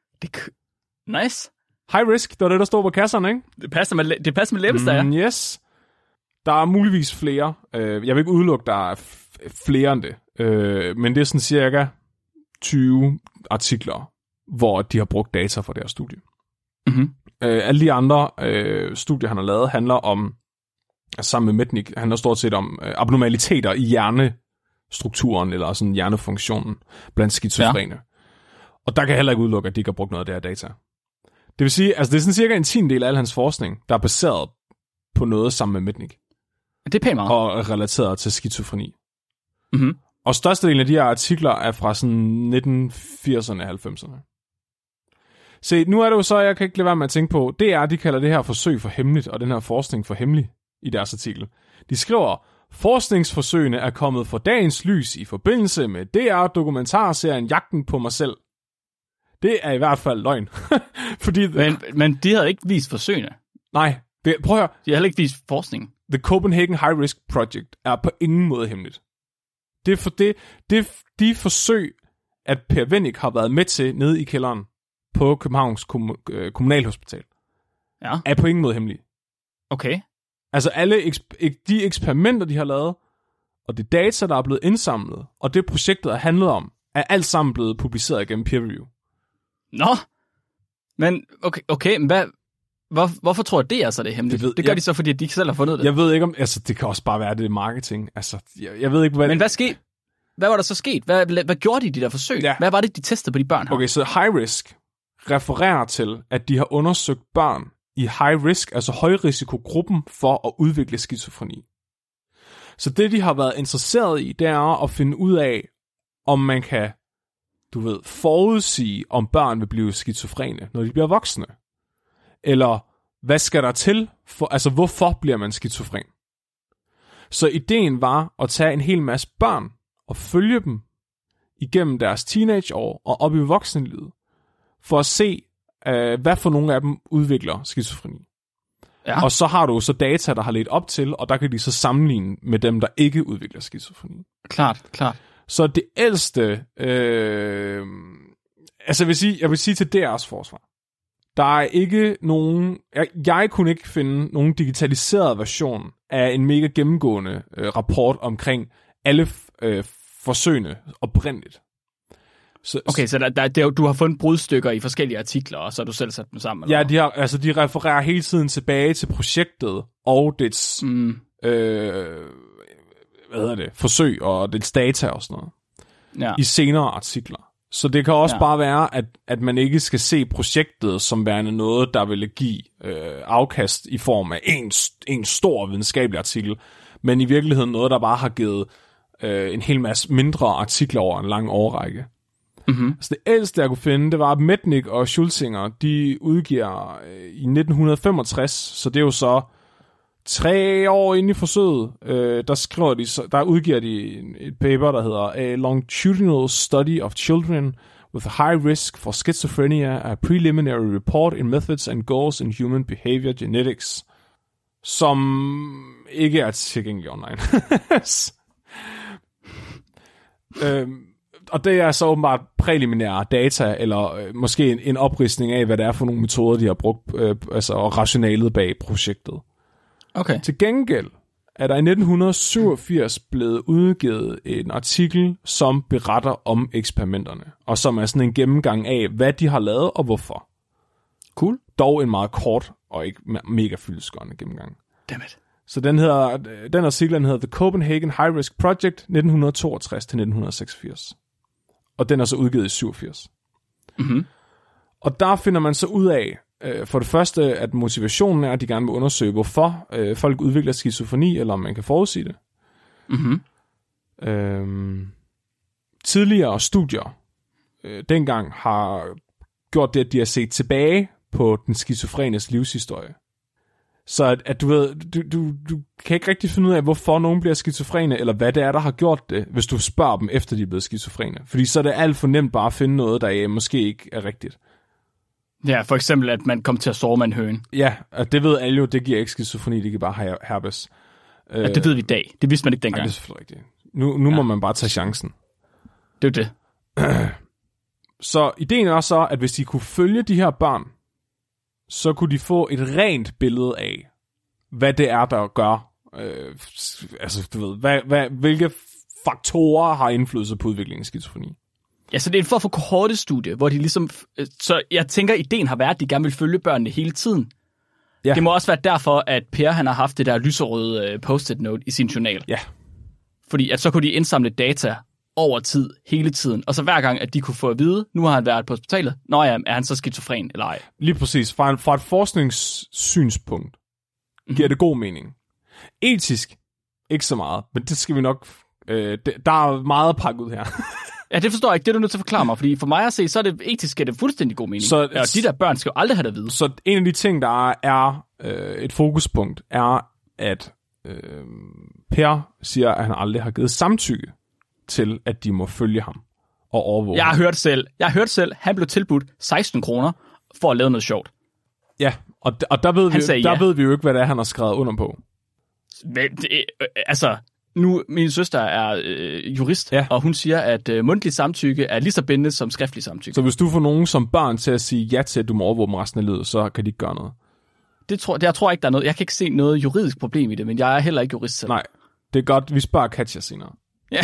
Nice. High risk, det var det, der stod på kasserne, ikke? Det passer med læbestager. Yes. Der er muligvis flere. Jeg vil ikke udelukke, der er flere end det. Men det er sådan cirka 20 artikler, hvor de har brugt data fra det her studie. Mm-hmm. Alle de andre studier, han har lavet, handler om, sammen med Mednick, handler stort set om abnormaliteter i hjernestrukturen, eller sådan hjernefunktionen blandt skizofrene. Ja. Og der kan heller ikke udelukke, at de ikke har brugt noget af det her data. Det vil sige, altså det er sådan cirka en 10. del af al hans forskning, der er baseret på noget sammen med Mednick. Det er pænt meget. Og relateret til skizofreni. Mm-hmm. Og størstedelen af de her artikler er fra sådan 1980'erne og 90'erne. Se, nu er det jo så, jeg kan ikke lade være med at tænke på, de kalder det her forsøg for hemmeligt, og den her forskning for hemmelig i deres artikel. De skriver, forskningsforsøgene er kommet for dagens lys i forbindelse med DR-dokumentarserien Jagten på mig selv. Det er i hvert fald løgn. Fordi, men de havde ikke vist forsøgene. Nej, prøv at høre. De har heller ikke vist forskningen. The Copenhagen High Risk Project er på ingen måde hemmeligt. Det er for de forsøg, at Per Wennick har været med til nede i kælderen på Københavns Kommunalhospital, er på ingen måde hemmelige. Okay. Altså alle de eksperimenter, de har lavet, og det data, der er blevet indsamlet, og det projektet er handlet om, er alt sammen blevet publiceret gennem peer review. Nå, men okay, men hvorfor tror jeg, det er så det hemmeligt? Det gør de så, fordi de ikke selv har fundet det. Jeg ved ikke om, altså det kan også bare være det marketing. Altså, jeg ved ikke, hvad. Men hvad skete? Hvad var der så sket? Hvad gjorde de der forsøg? Ja. Hvad var det, de testede på de børn her? Okay, så high risk refererer til, at de har undersøgt børn i high risk, altså højrisikogruppen for at udvikle skizofreni. Så det, de har været interesseret i, det er at finde ud af, om man kan, forudsige, om børn vil blive skizofrene, når de bliver voksne. Eller hvad skal der til? Altså, hvorfor bliver man skizofren? Så ideen var at tage en hel masse børn og følge dem igennem deres teenageår og op i voksenlivet, for at se, hvad for nogle af dem udvikler skizofreni. Ja. Og så har du så data, der har ledt op til, og der kan de så sammenligne med dem, der ikke udvikler skizofreni. Klart. Så det ældste, jeg vil sige til deres forsvar, der er ikke nogen, jeg kunne ikke finde nogen digitaliseret version er en mega gennemgående rapport omkring alle forsøgene oprindeligt. Okay, så du har fundet brudstykker i forskellige artikler, og så har du selv sat dem sammen? Ja, de refererer hele tiden tilbage til projektet og dets forsøg og dets data og sådan noget i senere artikler. Så det kan også bare være, at man ikke skal se projektet som værende noget, der vil give afkast i form af en stor videnskabelig artikel, men i virkeligheden noget, der bare har givet en hel masse mindre artikler over en lang årrække. Mm-hmm. Så det ældste, jeg kunne finde, det var, at Mednick og Schulzinger, de udgiver i 1965, så det er jo så 3 år inde i forsøget, der udgiver de et paper, der hedder A Longitudinal Study of Children with a High Risk for Schizophrenia, a Preliminary Report in Methods and Goals in Human Behavior Genetics, som ikke er tilgængelig online. Og det er så åbenbart præliminære data, eller måske en opristning af, hvad det er for nogle metoder, de har brugt, og rationalet bag projektet. Okay. Til gengæld er der i 1987 blevet udgivet en artikel, som beretter om eksperimenterne, og som er sådan en gennemgang af, hvad de har lavet og hvorfor. Cool. Dog en meget kort og ikke mega fyldestgørende gennemgang. Dammit. Så den artikel hedder The Copenhagen High Risk Project 1962-1986. Og den er så udgivet i 87. Mm-hmm. Og der finder man så ud af, for det første, at motivationen er, at de gerne vil undersøge, hvorfor folk udvikler skizofreni, eller om man kan forudsige det. Mm-hmm. Tidligere studier dengang har gjort det, at de har set tilbage på den skizofrenes livshistorie. Så at du ved, du kan ikke rigtig finde ud af, hvorfor nogen bliver skizofrene, eller hvad det er, der har gjort det, hvis du spørger dem, efter de er blevet skizofrene. Fordi så er det alt for nemt bare at finde noget, der måske ikke er rigtigt. Ja, for eksempel, at man kommer til at sove med en høne. Ja, og det ved alle jo, det giver ikke skizofreni, det giver bare herpes. Ja, det ved vi i dag. Det vidste man ikke dengang. Nej, det er selvfølgelig rigtigt. Nu må man bare tage chancen. Det er det. Så ideen er så, at hvis de kunne følge de her børn, så kunne de få et rent billede af, hvad det er, der gør. Du ved, hvilke faktorer har indflydelse på udviklingen af skizofreni. Ja, så det er en form for kohortestudie, hvor de ligesom... Så jeg tænker, ideen har været, at de gerne vil følge børnene hele tiden. Ja. Det må også være derfor, at Per han har haft det der lyserøde post-it note i sin journal. Ja. Fordi at så kunne de indsamle data over tid, hele tiden. Og så hver gang, at de kunne få at vide, nu har han været på hospitalet, er han så skizofren eller ej? Lige præcis. Fra et forskningssynspunkt giver det god mening. Etisk ikke så meget, men det skal vi nok... der er meget pakket ud her. Ja, det forstår jeg ikke. Det er du nødt til at forklare mig, fordi for mig at se, så er det etisk, er det fuldstændig god mening. Så, de der børn skal jo aldrig have det at vide. Så en af de ting, der er et fokuspunkt, er, at Per siger, at han aldrig har givet samtykke til, at de må følge ham og overvåge. Jeg har hørt selv, han blev tilbudt 16 kroner for at lave noget sjovt. Ja, og der ved vi jo ikke, hvad det er, han har skrevet under på. Nu, min søster er jurist, og hun siger, at mundtlig samtykke er lige så bindende som skriftlig samtykke. Så hvis du får nogen som børn til at sige ja til, at du må overvåge dem resten af livet, så kan de ikke gøre noget? Jeg tror ikke, der er noget. Jeg kan ikke se noget juridisk problem i det, men jeg er heller ikke jurist selv. Nej, det er godt. Vi spørger Katja senere. Ja.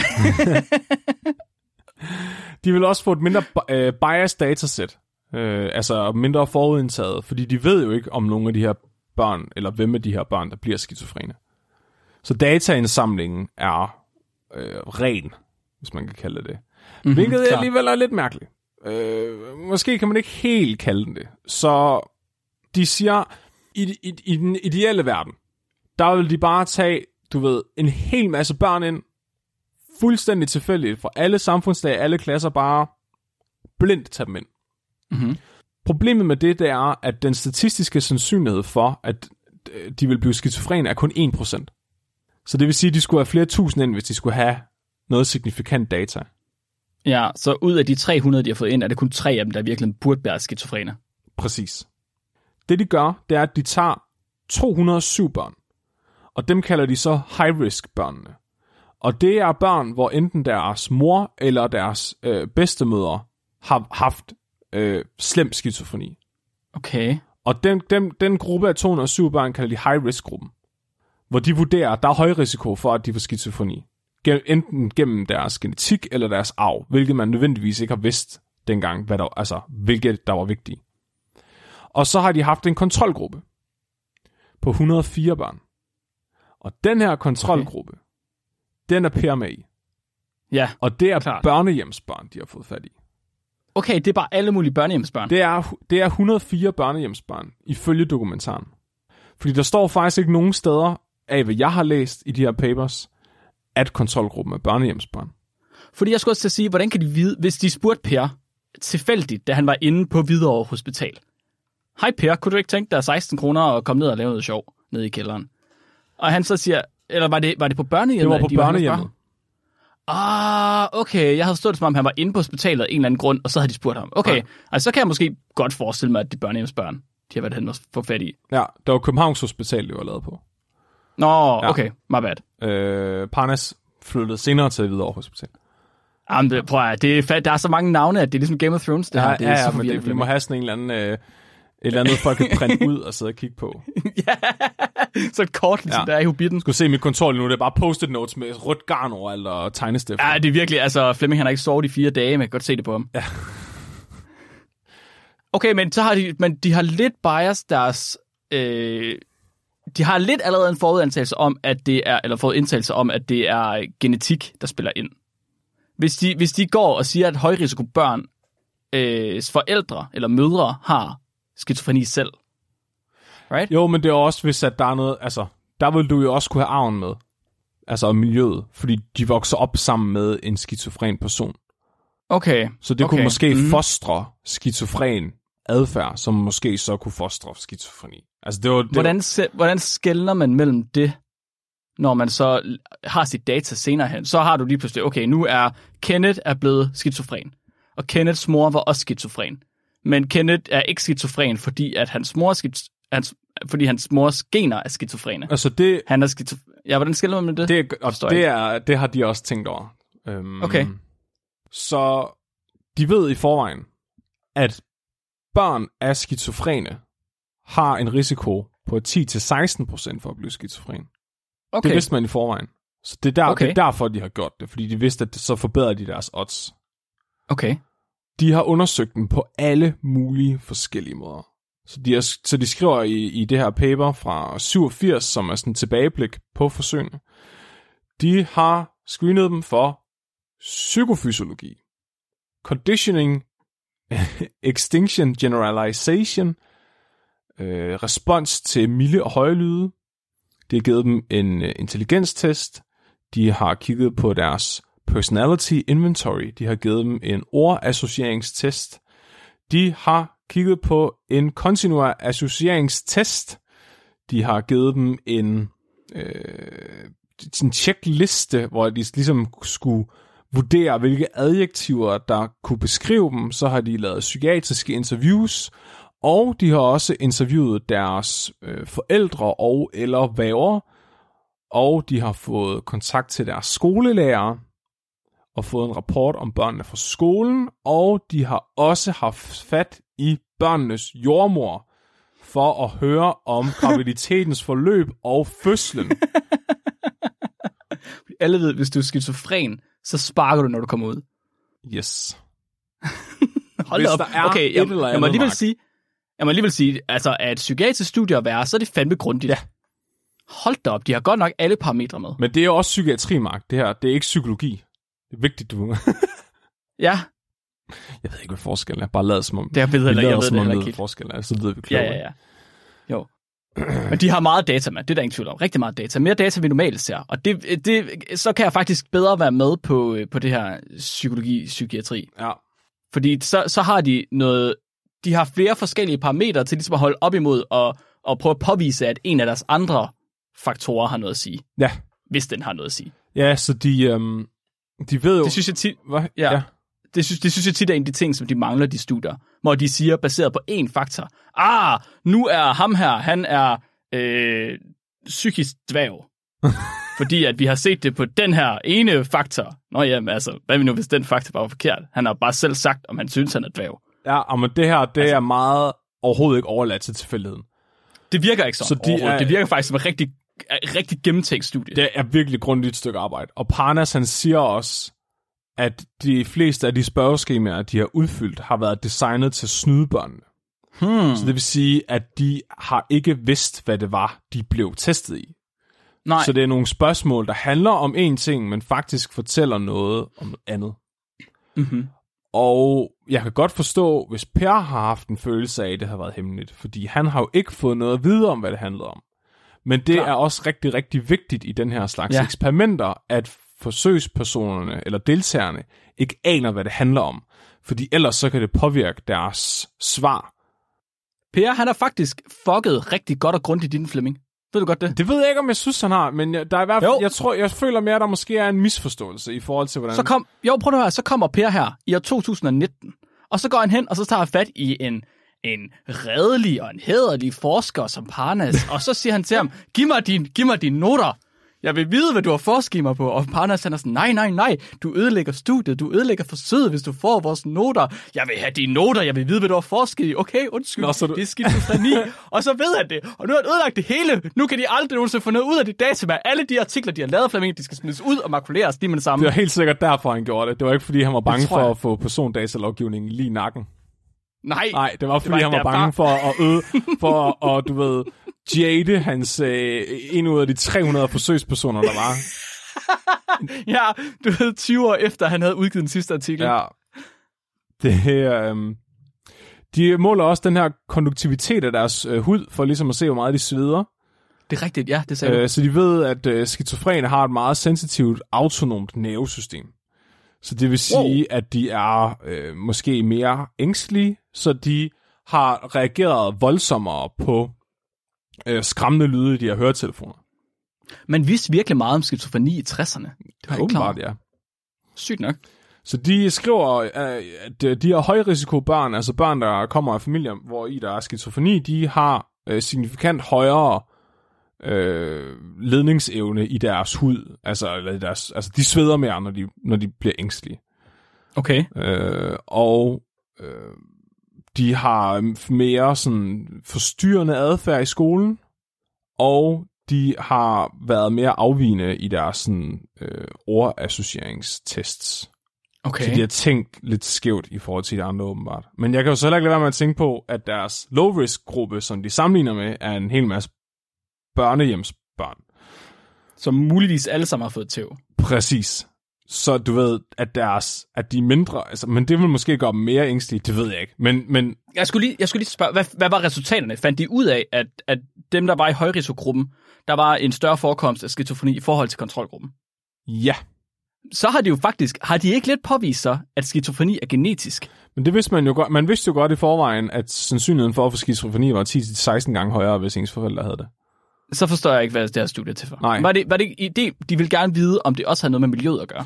De vil også få et mindre bias datasæt, altså mindre forudindtaget, fordi de ved jo ikke, om nogle af de her børn, eller hvem af de her børn, der bliver skizofrene. Så dataindsamlingen er ren, hvis man kan kalde det. Mm-hmm, hvilket alligevel er lidt mærkeligt. Måske kan man ikke helt kalde det. Så de siger, i den ideelle verden, der vil de bare tage, du ved, en hel masse børn ind, fuldstændig tilfældigt, for alle samfundslag, alle klasser, bare blindt tage dem ind. Mm-hmm. Problemet med det er, at den statistiske sandsynlighed for, at de vil blive skizofrene, er kun 1%. Så det vil sige, at de skulle have flere tusind ind, hvis de skulle have noget signifikant data. Ja, så ud af de 300, de har fået ind, er det kun 3 af dem, der virkelig burde være skizofrene. Præcis. Det de gør, det er, at de tager 207 børn, og dem kalder de så high-risk-børnene. Og det er børn, hvor enten deres mor eller deres bedstemødre har haft slem skizofreni. Okay. Og den gruppe af 207 børn kalder de high-risk-gruppen. hvor de vurderer, at der er høj risiko for, at de får skizofreni. Enten gennem deres genetik eller deres arv, hvilket man nødvendigvis ikke har vidst dengang, hvilket der var vigtigt. Og så har de haft en kontrolgruppe på 104 børn. Og den her kontrolgruppe, den er Per med i. Ja, og det er klart. Børnehjemsbørn, de har fået fat i. Okay, det er bare alle mulige børnehjemsbørn. Det er 104 børnehjemsbørn, ifølge dokumentaren. Fordi der står faktisk ikke nogen steder af, hvad jeg har læst i de her papers, at kontrolgruppen er børnehjemsbørn. Fordi jeg skulle også til at sige, hvordan kan de vide, hvis de spurgte Per tilfældigt, da han var inde på Hvidovre Hospital. Hej Per, kunne du ikke tænke dig 16 kroner og komme ned og lave noget sjov nede i kælderen? Og han så siger, eller var det på børnehjemmet? Det var på børnehjemmet. Okay. Jeg havde forstået det, som om han var inde på hospitalet af en eller anden grund, og så havde de spurgt ham. Okay, altså så kan jeg måske godt forestille mig, at det børnehjemsbørn, de har været hen og få fat i. Ja, det var Københavns Hospital, det var lavet på. Nå, okay, my bad. Parnas flyttede senere til Hvidovre Hospital. Jamen, prøv at, der er så mange navne, at det er ligesom Game of Thrones. Det her. Det er men vi må have sådan en eller anden... et eller andet, folk kan printe ud og sidde og kigge på. Ja, så et kort, ligesom der er i Hobbiten. Skal se mit kontor lige nu, det er bare post-it notes med rødt garn overalt og tegnestift. Ja, det er virkelig, altså Flemming han har ikke sovet i 4 dage, men jeg kan godt se det på ham. Ja. Okay, men så har de har lidt bias deres... de har lidt allerede en forudantagelse om, at det er, eller forudindtagelse om, at det er genetik, der spiller ind. Hvis de går og siger, at højrisikobørn forældre eller mødre har skizofreni selv. Right? Jo, men det er også, hvis at der er noget, altså, der vil du jo også kunne have arven med. Altså miljøet, fordi de vokser op sammen med en skizofren person. Okay. Så det kunne måske fostre skizofren adfærd, som måske så kunne fostre skizofreni. Altså Hvordan skelner man mellem det, når man så har sit data senere hen? Så har du lige pludselig, okay, nu er Kenneth blevet skizofren, og Kenneths mor var også skizofren. Men Kenneth er ikke skizofren, fordi at hans mors gener er skizofrene. Altså det... Han er ja, hvordan skiller man med det? Det har de også tænkt over. Okay. Så de ved i forvejen, at børn af skizofrene har en risiko på 10-16% for at blive skizofren. Okay. Det vidste man i forvejen. Så det er derfor, de har gjort det, fordi de vidste, at det så forbedrer de deres odds. Okay. De har undersøgt dem på alle mulige forskellige måder. Så de skriver i det her paper fra 87, som er sådan en tilbageblik på forsøgene. De har screenet dem for psykofysiologi, conditioning, extinction generalization, respons til milde og høje lyde. De har givet dem en intelligenstest. De har kigget på deres personality inventory. De har givet dem en ordassocieringstest. De har kigget på en kontinuer associeringstest. De har givet dem en checkliste, hvor de ligesom skulle vurdere, hvilke adjektiver, der kunne beskrive dem. Så har de lavet psykiatriske interviews, og de har også interviewet deres forældre og eller værger, og de har fået kontakt til deres skolelærer og fået en rapport om børnene fra skolen, og de har også haft fat i børnenes jordmor for at høre om graviditetens forløb og fødslen. Alle ved, hvis du er skizofren, så sparker du, når du kommer ud. Yes. Hold op. Okay, jeg må alligevel sige, altså at psykiatrisk studie at være, så er det fandme grundigt. Ja. Hold da op, de har godt nok alle parametre med. Men det er jo også psykiatri, Mark. Det her, det er ikke psykologi. Det er vigtigt, du... Ja. Jeg ved ikke, hvad forskellen er. Bare lad som om... Jeg ved det heller ikke. Forskellen er, så ved vi klart. Ja. Jo. Men de har meget data med. Det er der ingen tvivl om. Rigtig meget data. Mere data, vi normalt ser. Og så kan jeg faktisk bedre være med på det her psykologi-psykiatri. Ja. Fordi så har de noget... De har flere forskellige parametre til ligesom at holde op imod og prøve at påvise, at en af deres andre faktorer har noget at sige. Ja. Hvis den har noget at sige. Ja, så de ved jo... Det synes jeg tit... Ja. Det synes jeg tit er en af de ting, som de mangler, de studier. Hvor de siger, baseret på én faktor. Nu er ham her, han er psykisk dværg. Fordi at vi har set det på den her ene faktor. Nå jamen, altså, hvad vi nu, hvis den faktor var forkert? Han har bare selv sagt, om han synes, han er dværg. Ja, men det her, det er meget overhovedet ikke overladt til tilfældigheden. Det virker ikke sådan. Det virker faktisk som en rigtig rigtig gennemtænkt studie. Det er virkelig grundigt stykke arbejde. Og Parnas, han siger også, at de fleste af de spørgeskemaer, de har udfyldt, har været designet til at snyde børnene. Så det vil sige, at de har ikke vidst, hvad det var, de blev testet i. Nej. Så det er nogle spørgsmål, der handler om én ting, men faktisk fortæller noget om noget andet. Mm-hmm. Og jeg kan godt forstå, hvis Per har haft en følelse af, at det har været hemmeligt, fordi han har jo ikke fået noget at vide om, hvad det handlede om. Men det er også rigtig, rigtig vigtigt i den her slags eksperimenter, at forsøgspersonerne eller deltagerne ikke aner, hvad det handler om. Fordi ellers så kan det påvirke deres svar. Per, han har faktisk fucket rigtig godt og grundigt i din, Flemming. Ved du godt det? Det ved jeg ikke, om jeg synes, han har, men der er i hvert fald, jeg føler mere, at der måske er en misforståelse i forhold til, hvordan... Prøv at høre, så kommer Per her i år 2019, og så går han hen, og så tager han fat i en redelig og en hæderlig forsker som Parnas, og så siger han til ham, giv mig dine noter. Jeg vil vide, hvad du har forsket mig på. Og Parnas, han er sådan, nej, du ødelægger studiet, du ødelægger forsøget, hvis du får vores noter. Jeg vil have dine noter, jeg vil vide, hvad du har forsket i. Okay, undskyld, det er skizofreni. Og så ved han det, og nu har han ødelagt det hele. Nu kan de aldrig nogensinde få noget ud af de data med alle de artikler, de har lavet, Flemming, de skal smides ud og makuleres lige med det samme. Det var helt sikkert derfor, han gjorde det. Det var ikke, fordi han var bange for at få persondatalovgivningen lige i nakken. Nej, det var, fordi han var bange for at du ved, jade hans en ud af de 300 forsøgspersoner, der var. Ja, du ved, 20 år efter, han havde udgivet den sidste artikel. Ja. De måler også den her konduktivitet af deres hud, for ligesom at se, hvor meget de sveder. Det er rigtigt, ja, det sagde du. Så de ved, at skizofrene har et meget sensitivt, autonomt nervesystem. Så det vil sige, at de er måske mere ængstelige, så de har reageret voldsommere på skræmmende lyde i de her høretelefoner. Man vidste virkelig meget om skizofreni i 60'erne. Det var ikke klart. Ja. Sygt nok. Så de skriver, at de her højrisikobørn, altså børn, der kommer af familier, hvor i der er skizofreni, de har signifikant højere ledningsevne i deres hud. Altså de sveder mere, når de bliver ængstelige. Okay. De har mere sådan forstyrrende adfærd i skolen, og de har været mere afvigende i deres sådan, ordassocieringstests. Okay. Så de har tænkt lidt skævt i forhold til de andre åbenbart. Men jeg kan jo så heller ikke lade være med at tænke på, at deres low-risk-gruppe, som de sammenligner med, er en hel masse børnehjemsbørn. Som muligvis alle sammen har fået tæv. Præcis. Så du ved, at de er mindre, altså, men det vil måske gøre dem mere ængstelige, det ved jeg ikke. Men jeg skulle lige spørge, hvad var resultaterne? Fandt de ud af, at dem, der var i højrisikogruppen, der var en større forekomst af skizofreni i forhold til kontrolgruppen? Ja. Så har de jo faktisk, har de ikke lidt påvist sig, at skizofreni er genetisk? Men det vidste man jo godt. Man vidste jo godt i forvejen, at sandsynligheden for at få skizofreni var 10-16 gange højere, hvis ens forældre havde det. Så forstår jeg ikke, hvad det her studie er til for. Nej. Var det de vil gerne vide, om det også havde noget med miljøet at gøre?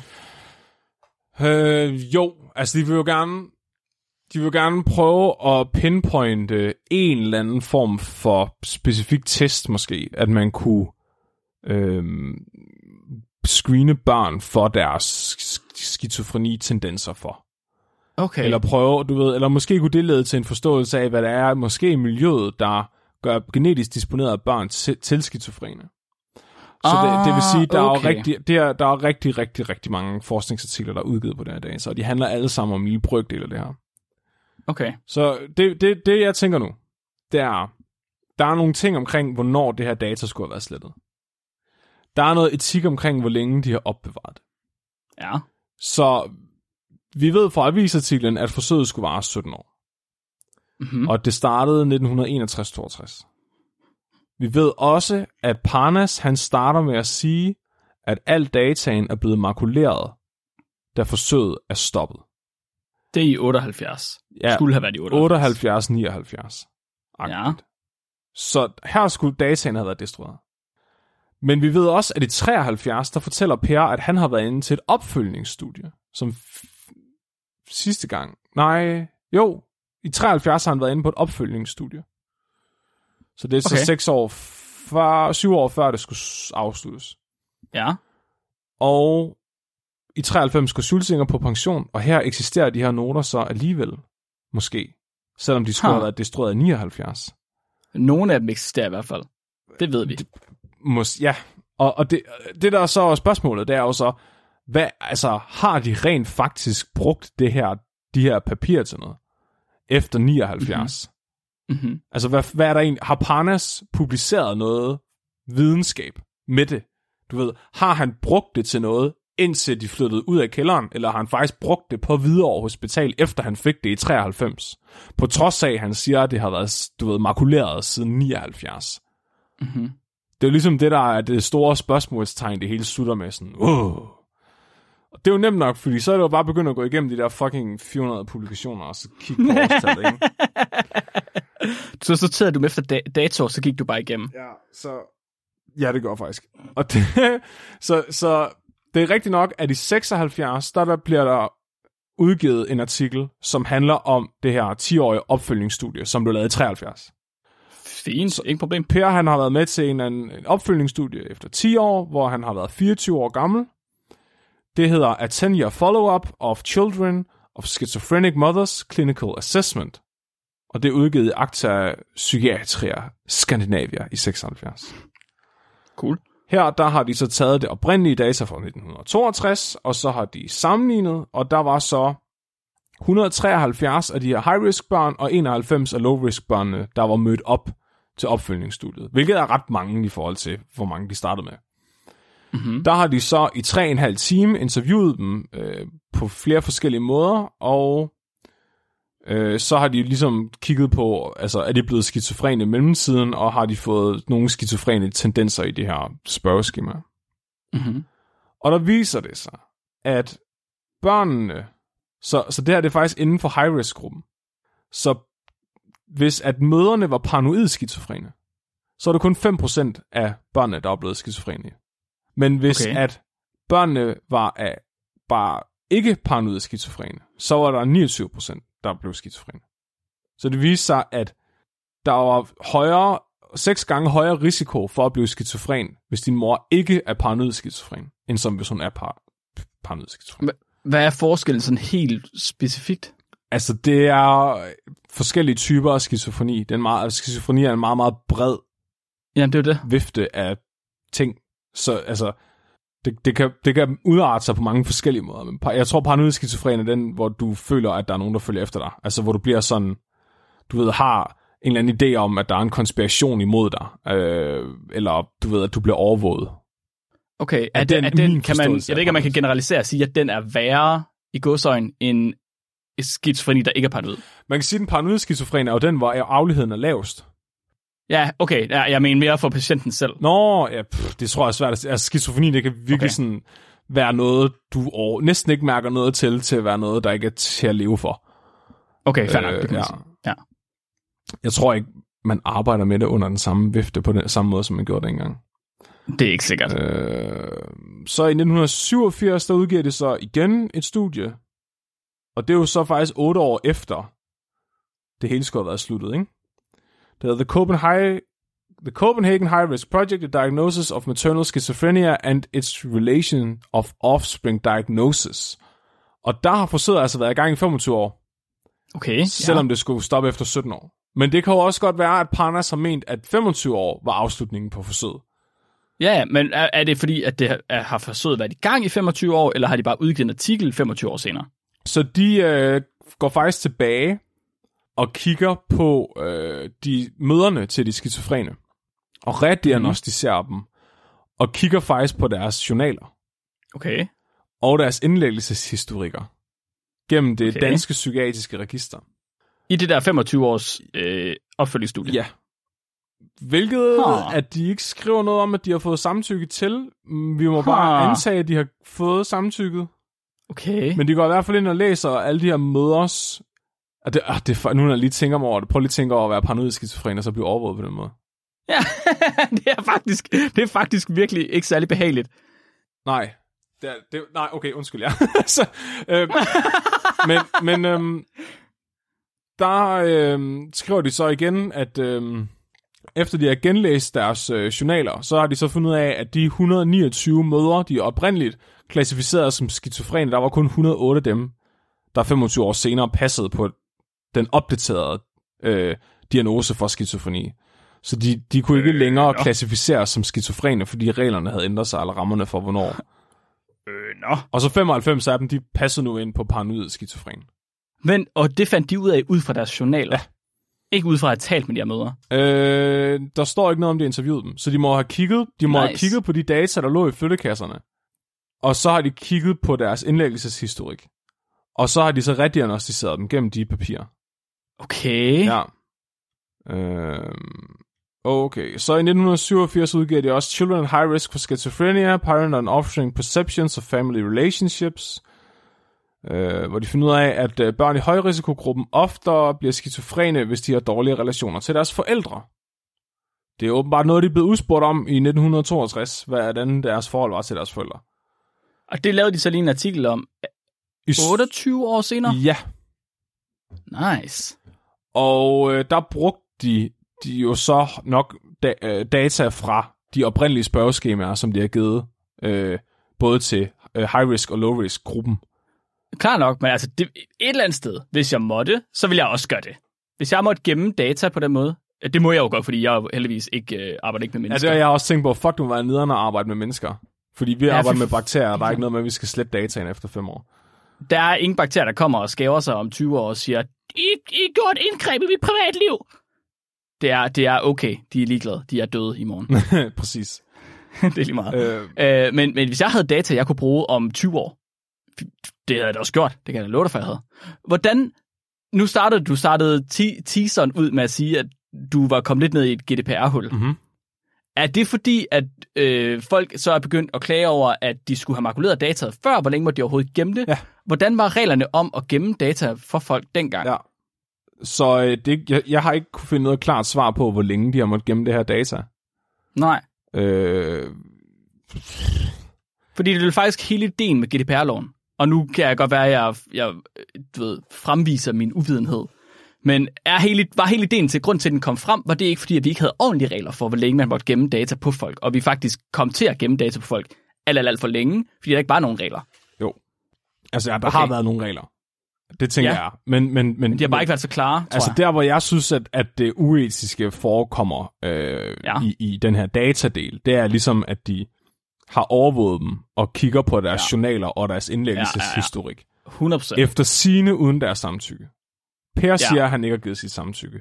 Jo, altså de vil gerne prøve at pinpointe en eller anden form for specifik test måske, at man kunne screene børn for deres skizofreni-tendenser for. Okay. Eller prøve, du ved, eller måske kunne det lede til en forståelse af, hvad der er måske i miljøet, der gør genetisk disponerede børn til skizofrene. Så det vil sige, der er rigtig mange forskningsartikler, der er udgivet på den her dag, så de handler alle sammen om lige brøkdel af det her. Okay. Så det jeg tænker nu, det er, der er nogle ting omkring, hvornår det her data skulle have været slettet. Der er noget etik omkring, hvor længe de har opbevaret. Ja. Så vi ved fra avisartiklen, at forsøget skulle vare 17 år. Mm-hmm. Og det startede 1961-62. Vi ved også, at Parnas, han starter med at sige, at al dataen er blevet makuleret, da forsøget er stoppet. Det er i 78. Ja, skulle have været i 78. 79. Ja. Så her skulle dataen have været destrueret. Men vi ved også, at i 73, der fortæller Per, at han har været inde til et opfølgningsstudie, som sidste gang. I 73 har han været inde på et opfølgningsstudie. Så det er så 7 år før det skulle afsluttes. Ja. Og i 93 skulle Schulzinger på pension, og her eksisterer de her noter så alligevel, måske. Selvom de skulle have været destrueret i 79. Nogle af dem eksisterer i hvert fald. Det ved vi. Ja, og det der så er spørgsmålet, det er jo så, har de rent faktisk brugt de her papirer til noget? Efter 79? Mm-hmm. Altså, hvad er der egentlig? Har Parnas publiceret noget videnskab med det? Du ved, har han brugt det til noget, indtil de flyttede ud af kælderen, eller har han faktisk brugt det på Hvidovre Hospital, efter han fik det i 93? På trods af, at han siger, at det har været, makuleret siden 79. Mm-hmm. Det er jo ligesom det, der er det store spørgsmålstegn, det hele slutter med sådan, Og det er jo nemt nok, fordi så er det jo bare begyndt at gå igennem de der fucking 400 publikationer, og så kigge på årstallet, ikke? Så sorterede du dem efter dato, så gik du bare igennem. Ja, det gør faktisk. Og det, så det er rigtigt nok, at i 76, der bliver der udgivet en artikel, som handler om det her 10-årige opfølgningsstudie, som blev lavet i 73. Fint, ingen problem. Per, han har været med til en opfølgningsstudie efter 10 år, hvor han har været 24 år gammel. Det hedder A 10-Year Follow-Up of Children of Schizophrenic Mothers Clinical Assessment. Og det er udgivet i Acta Psychiatria Scandinavia i 76. Cool. Her, der har de så taget det oprindelige data fra 1962, og så har de sammenlignet, og der var så 173 af de her high-risk-børn, og 91 af low-risk-børnene, der var mødt op til opfølgningsstudiet, hvilket er ret mange i forhold til, hvor mange de startede med. Mm-hmm. Der har de så i 3,5 time interviewet dem på flere forskellige måder, og så har de ligesom kigget på, altså er de blevet skizofrene i mellemtiden, og har de fået nogle skizofrene tendenser i det her spørgeskema. Mm-hmm. Og der viser det sig, at børnene, så det her det er faktisk inden for high-risk-gruppen, så hvis at mødrene var paranoid skizofrene, så er det kun 5% af børnene, der er blevet skizofrene. Men hvis at børnene var bare ikke paranoid skizofrene, så var der 29%, der blev skizofrene. Så det viste sig, at der var 6 gange højere risiko for at blive skizofren, hvis din mor ikke er paranoid skizofren, end som hvis hun er paranoid skizofren. Hvad er forskellen sådan helt specifikt? Altså, det er forskellige typer af skizofreni. Skizofreni er en meget, meget bred vifte af ting. Så altså, det kan udarte sig på mange forskellige måder. Men jeg tror, paranoid skizofren er den, hvor du føler, at der er nogen, der følger efter dig. Altså, hvor du bliver sådan, du ved, har en eller anden idé om, at der er en konspiration imod dig. Eller du ved, at du bliver overvåget. Okay, jeg ved ikke, om man kan generalisere og sige, at den er værre i godsøjne end skizofreni, der ikke er paranoid. Man kan sige, at den paranoid skizofren er jo den, hvor arveligheden er lavest. Ja, okay. Ja, jeg mener mere for patienten selv. Nå, ja, det tror jeg er svært. Altså, skizofreni, det kan virkelig sådan være noget, du næsten ikke mærker noget til at være noget, der ikke er til at leve for. Okay, fair nok, det kan man sige. Ja. Jeg tror ikke, man arbejder med det under den samme vifte på den samme måde, som man gjorde dengang. Det er ikke sikkert. Så i 1987, der udgiver det så igen et studie. Og det er jo så faktisk 8 år efter, det hele skulle have været sluttet, ikke? Det hedder The Copenhagen High Risk Project, A Diagnosis of Maternal Schizophrenia and its Relation of Offspring Diagnosis. Og der har forsøget altså været i gang i 25 år. Okay, selvom det skulle stoppe efter 17 år. Men det kan jo også godt være, at Parnas har ment, at 25 år var afslutningen på forsøget. Ja, men er det fordi, at det har forsøget været i gang i 25 år, eller har de bare udgivet en artikel 25 år senere? Så de går faktisk tilbage og kigger på de mødrene til de skizofrene, og rediagnosticerer dem, og kigger faktisk på deres journaler. Okay. Og deres indlæggelseshistorikker gennem det danske psykiatriske register. I det der 25 års opfølgningsstudie? Ja. Hvilket, at de ikke skriver noget om, at de har fået samtykke til. Vi må bare antage, at de har fået samtykket. Okay. Men de går i hvert fald ind og læser alle de her mødres. Nu når jeg lige tænker mig over det. Prøv lige at tænke over at være paranoid skizofren, og så blive overvåget på den måde. Ja, det er faktisk virkelig ikke særlig behageligt. Nej. Nej, okay, undskyld, ja. Så, der skriver de så igen, at efter de har genlæst deres journaler, så har de så fundet ud af, at de 129 mødre, de oprindeligt klassificeret som skizofrene, der var kun 108 af dem, der 25 år senere passede på den opdaterede diagnose for skizofreni. Så de kunne ikke længere klassificeres som skizofrene, fordi reglerne havde ændret sig, eller rammerne for hvornår. Og så 95 af dem, de passede nu ind på paranoid skizofren. Men, og det fandt de ud fra deres journaler? Ja. Ikke ud fra at have talt med de her mødre? Der står ikke noget om, de interviewede dem. Så de må have kigget på de data, der lå i flyttekasserne. Og så har de kigget på deres indlæggelseshistorik. Og så har de så rediagnostiseret dem gennem de papirer. Okay. Ja. Okay. Så i 1987 udgav de også Children at High Risk for Schizophrenia, Parent and Offspring Perceptions of Family Relationships, hvor de finder ud af, at børn i højrisikogruppen oftere bliver skizofrene, hvis de har dårlige relationer til deres forældre. Det er åbenbart noget, de er blevet udspurgt om i 1962, hvordan deres forhold var til deres forældre. Og det lavede de så lige en artikel om 28 år senere? Ja. Nice. Og der brugte de jo så nok data fra de oprindelige spørgeskemaer, som de har givet både til high-risk og low-risk-gruppen. Klar nok, men altså et eller andet sted, hvis jeg måtte, så ville jeg også gøre det. Hvis jeg måtte gemme data på den måde, det må jeg jo godt, fordi jeg heldigvis ikke arbejder ikke med mennesker. Ja, det har jeg også tænkt på, fuck, du må være nederen at arbejde med mennesker. Fordi vi arbejder med bakterier, og der er ikke noget med, at vi skal slette dataen efter 5 år. Der er ingen bakterier, der kommer og skæver sig om 20 år og siger, I gjorde et indgreb i mit privatliv. Det er okay, de er ligeglade, de er døde i morgen. Præcis. Det er lige meget. Men hvis jeg havde data, jeg kunne bruge om 20 år, det havde jeg da også gjort. Det kan jeg da love dig for, jeg havde. Hvordan... Nu startede teaseren ud med at sige, at du var kommet lidt ned i et GDPR-hul. Mm-hmm. Er det fordi, at folk så er begyndt at klage over, at de skulle have makuleret dataet før? Hvor længe må de overhovedet gemme det? Ja. Hvordan var reglerne om at gemme data for folk dengang? Ja. Så jeg har ikke kunne finde noget klart svar på, hvor længe de har måttet gemme det her data. Nej. Fordi det er faktisk hele ideen med GDPR-loven. Og nu kan jeg godt være, at jeg fremviser min uvidenhed. Men var hele ideen til grund til, at den kom frem, var det ikke fordi, at vi ikke havde ordentlige regler for, hvor længe man måtte gemme data på folk. Og vi faktisk kom til at gemme data på folk alt for længe, fordi der ikke var nogen regler. Jo. Altså, der har været nogle regler. Det tænker jeg. Men de har bare ikke været så klare, altså, der hvor jeg synes, at det uetiske forekommer i den her datadel, det er ligesom, at de har overvåget dem og kigger på deres journaler og deres indlæggelseshistorik. 100%. Efter sigende uden deres samtykke. Per siger, at han ikke har givet sit samtykke.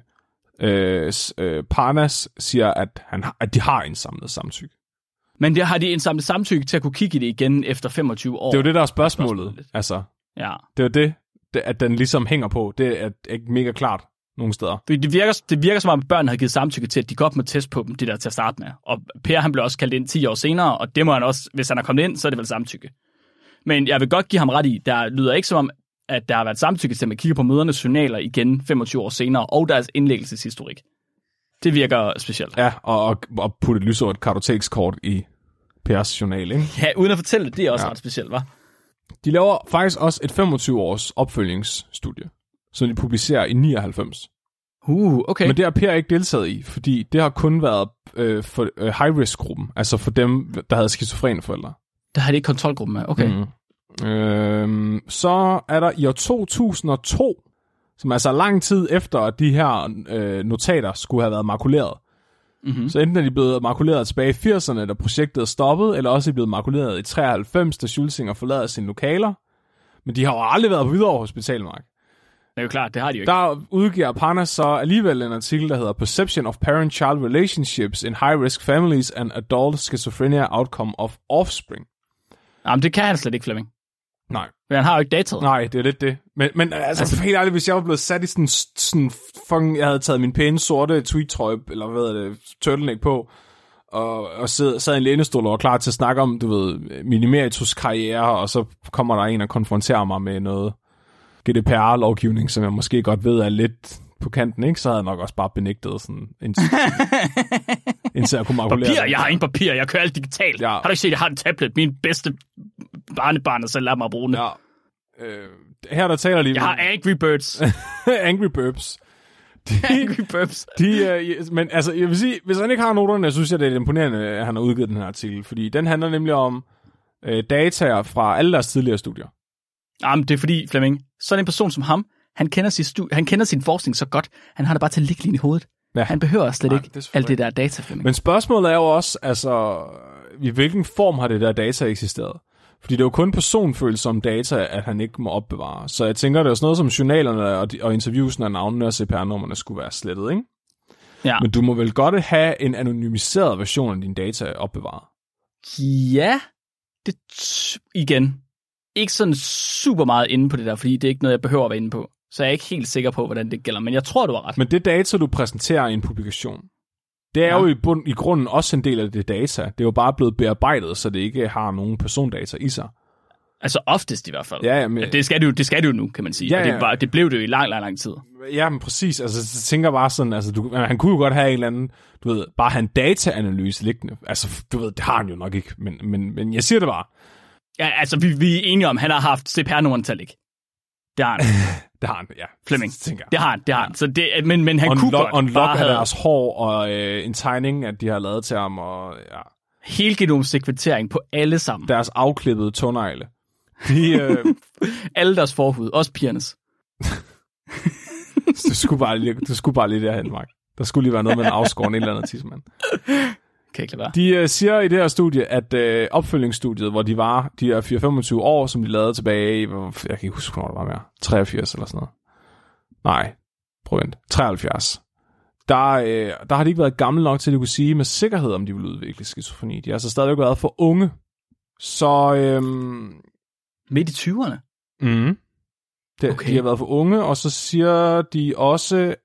Parnas siger, at de har indsamlet samtykke. Men har de indsamlet samtykke til at kunne kigge i det igen efter 25 år? Det er jo det, der er spørgsmålet. Altså, det er jo det, at den ligesom hænger på. Det er ikke mega klart nogle steder. Det virker som om, at børn havde givet samtykke til, at de godt må teste på dem, det der til at starte med. Og Per, han blev også kaldt ind 10 år senere, og det må han også, hvis han er kommet ind, så er det vel samtykke. Men jeg vil godt give ham ret i, der lyder ikke som om, at der har været samtykke til, at man kigger på mødernes journaler igen 25 år senere, og deres indlæggelseshistorik. Det virker specielt. Ja, og putte et lysåret kartotekskort i Pers journal, ikke? Ja, uden at fortælle det, er også ret specielt, hva'? De laver faktisk også et 25-års opfølgningsstudie, som de publicerer i 99. Okay. Men det har Per ikke deltaget i, fordi det har kun været for high-risk-gruppen, altså for dem, der havde skizofrene forældre. Der har de ikke kontrolgruppen med, okay. Så er der i år 2002, som altså lang tid efter, at de her notater skulle have været makuleret. Mm-hmm. Så enten er de blevet makuleret tilbage i 80'erne, da projektet er stoppet, eller også er de blevet makuleret i 93, da Schulzinger forlader sine lokaler. Men de har jo aldrig været på Hvidovre Hospital, Mark. Det er jo klart, det har de jo ikke. Der udgiver Parnas så alligevel en artikel, der hedder Perception of Parent-Child Relationships in High-Risk Families and Adult Schizophrenia Outcome of Offspring. Jamen, det kan han slet ikke, Flemming. Nej. Men han har jo ikke dataet. Nej, det er lidt det. Men altså helt ærligt, hvis jeg var blevet sat i sådan fucking, jeg havde taget min pæne sorte tweed-trøje, eller hvad er det, turtleneck på, og sad i en lænestol og var klar til at snakke om, du ved, min emeritus karriere, og så kommer der en og konfronterer mig med noget GDPR-lovgivning, som jeg måske godt ved er lidt på kanten, ikke? Så havde jeg nok også bare benægtet sådan indtil jeg kunne makulere. Papir? Jeg har ingen papir, jeg kører alt digitalt. Ja. Har du ikke set, jeg har en tablet, min bedste barnebarn, så lad mig bruge den. Ja. Her der taler lige... Jeg har Angry Birds. Angry Birds. Angry Birds. Men altså, jeg vil sige, hvis han ikke har noterne, jeg synes, det er imponerende, at han har udgivet den her artikel, fordi den handler nemlig om data fra alle deres tidligere studier. Jamen, det er fordi, Flemming, sådan en person som ham, han kender sin forskning så godt, han har det bare til at ligge lige i hovedet. Ja. Han behøver slet ikke alt det der data. Men spørgsmålet er jo også, altså, i hvilken form har det der data eksisteret? Fordi det er jo kun personfølsomme data, at han ikke må opbevare. Så jeg tænker, det er sådan noget som journalerne og interviewsene af navnene og CPR-nummerne skulle være slettet, ikke? Ja. Men du må vel godt have en anonymiseret version af dine data opbevaret? Ja, det igen. Ikke sådan super meget inde på det der, fordi det er ikke noget, jeg behøver at være inde på. Så jeg er ikke helt sikker på, hvordan det gælder, men jeg tror, du har ret. Men det data, du præsenterer i en publikation, det er jo i grunden også en del af det data. Det er jo bare blevet bearbejdet, så det ikke har nogen persondata i sig. Altså oftest i hvert fald. Ja, men det skal det jo nu, kan man sige. Ja, ja. Og det blev det jo i lang tid. Ja, men præcis. Altså, så tænker bare sådan, altså, han kunne jo godt have en eller anden, du ved, bare have en dataanalyse liggende. Altså, du ved, det har han jo nok ikke, men jeg siger det bare. Ja, altså, vi er enige om, han har haft CPR-nummeren ikke. Det har han. Det har han, ja. Flemming. Det har han. Så det, men han kunne godt. Og en log af deres hår, og en tegning, at de har lavet til ham, og ja. Helgenomsekventering på alle sammen. Deres afklippede tånegle. Alle deres forhud, også pigernes. Du skulle bare lige derhen, Mark. Der skulle lige være noget med en afskåren eller andet tidsmand. Kan ikke lade være. De siger i det her studie, at opfølgningsstudiet, hvor de var, de er 4-25 år, som de lavede tilbage i, jeg kan ikke huske, hvornår det var mere, 83 eller sådan noget. Nej, prøv at 73. Der har de ikke været gamle nok til, at de kunne sige med sikkerhed, om de ville udvikle skizofreni. De har altså stadigvæk været for unge. Så midt i 20'erne? Mhm. Okay. De har været for unge, og så siger de også,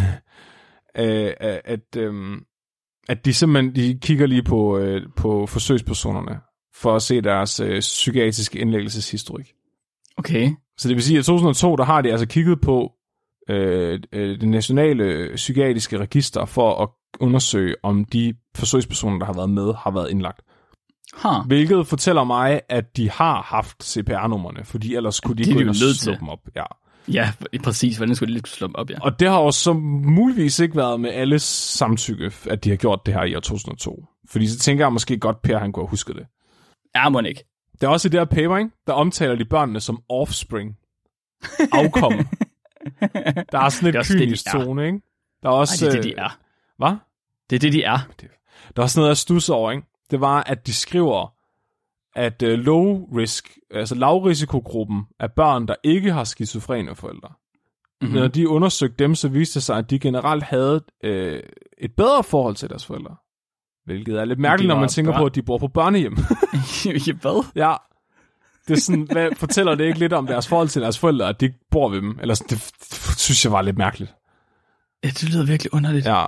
at de simpelthen de kigger lige på forsøgspersonerne for at se deres psykiatriske indlæggelseshistorik. Okay. Så det vil sige, at i 2002, der har de altså kigget på det nationale psykiatriske register for at undersøge, om de forsøgspersoner, der har været med, har været indlagt. Hvilket fortæller mig, at de har haft CPR-nummerne, fordi ellers kunne de gå ind og slå dem op. Ja, præcis. Hvordan skulle de lige slå dem op, ja. Og det har jo så muligvis ikke været med alles samtykke, at de har gjort det her i år 2002. Fordi så tænker jeg måske godt, Per, han kunne have husket det. Ja, må ikke. Det er også i det her paper, ikke? Der omtaler de børnene som offspring. Afkom. Der er sådan et kynisk tone, ikke? Der er også, det er det, de er. Hvad? Det er det, de er. Der er også noget, jeg studser over, ikke? Det var, at de skriver, at lavrisikogruppen af børn, der ikke har skizofrene forældre. Mm-hmm. Når de undersøgte dem, så viste det sig, at de generelt havde et bedre forhold til deres forældre. Hvilket er lidt mærkeligt, når man tænker på, at de bor på børnehjem. Hvad? Ja. Det er sådan, fortæller det ikke lidt om deres forhold til deres forældre, at de ikke bor ved dem? Eller sådan, det synes jeg var lidt mærkeligt. Ja, det lyder virkelig underligt. Ja.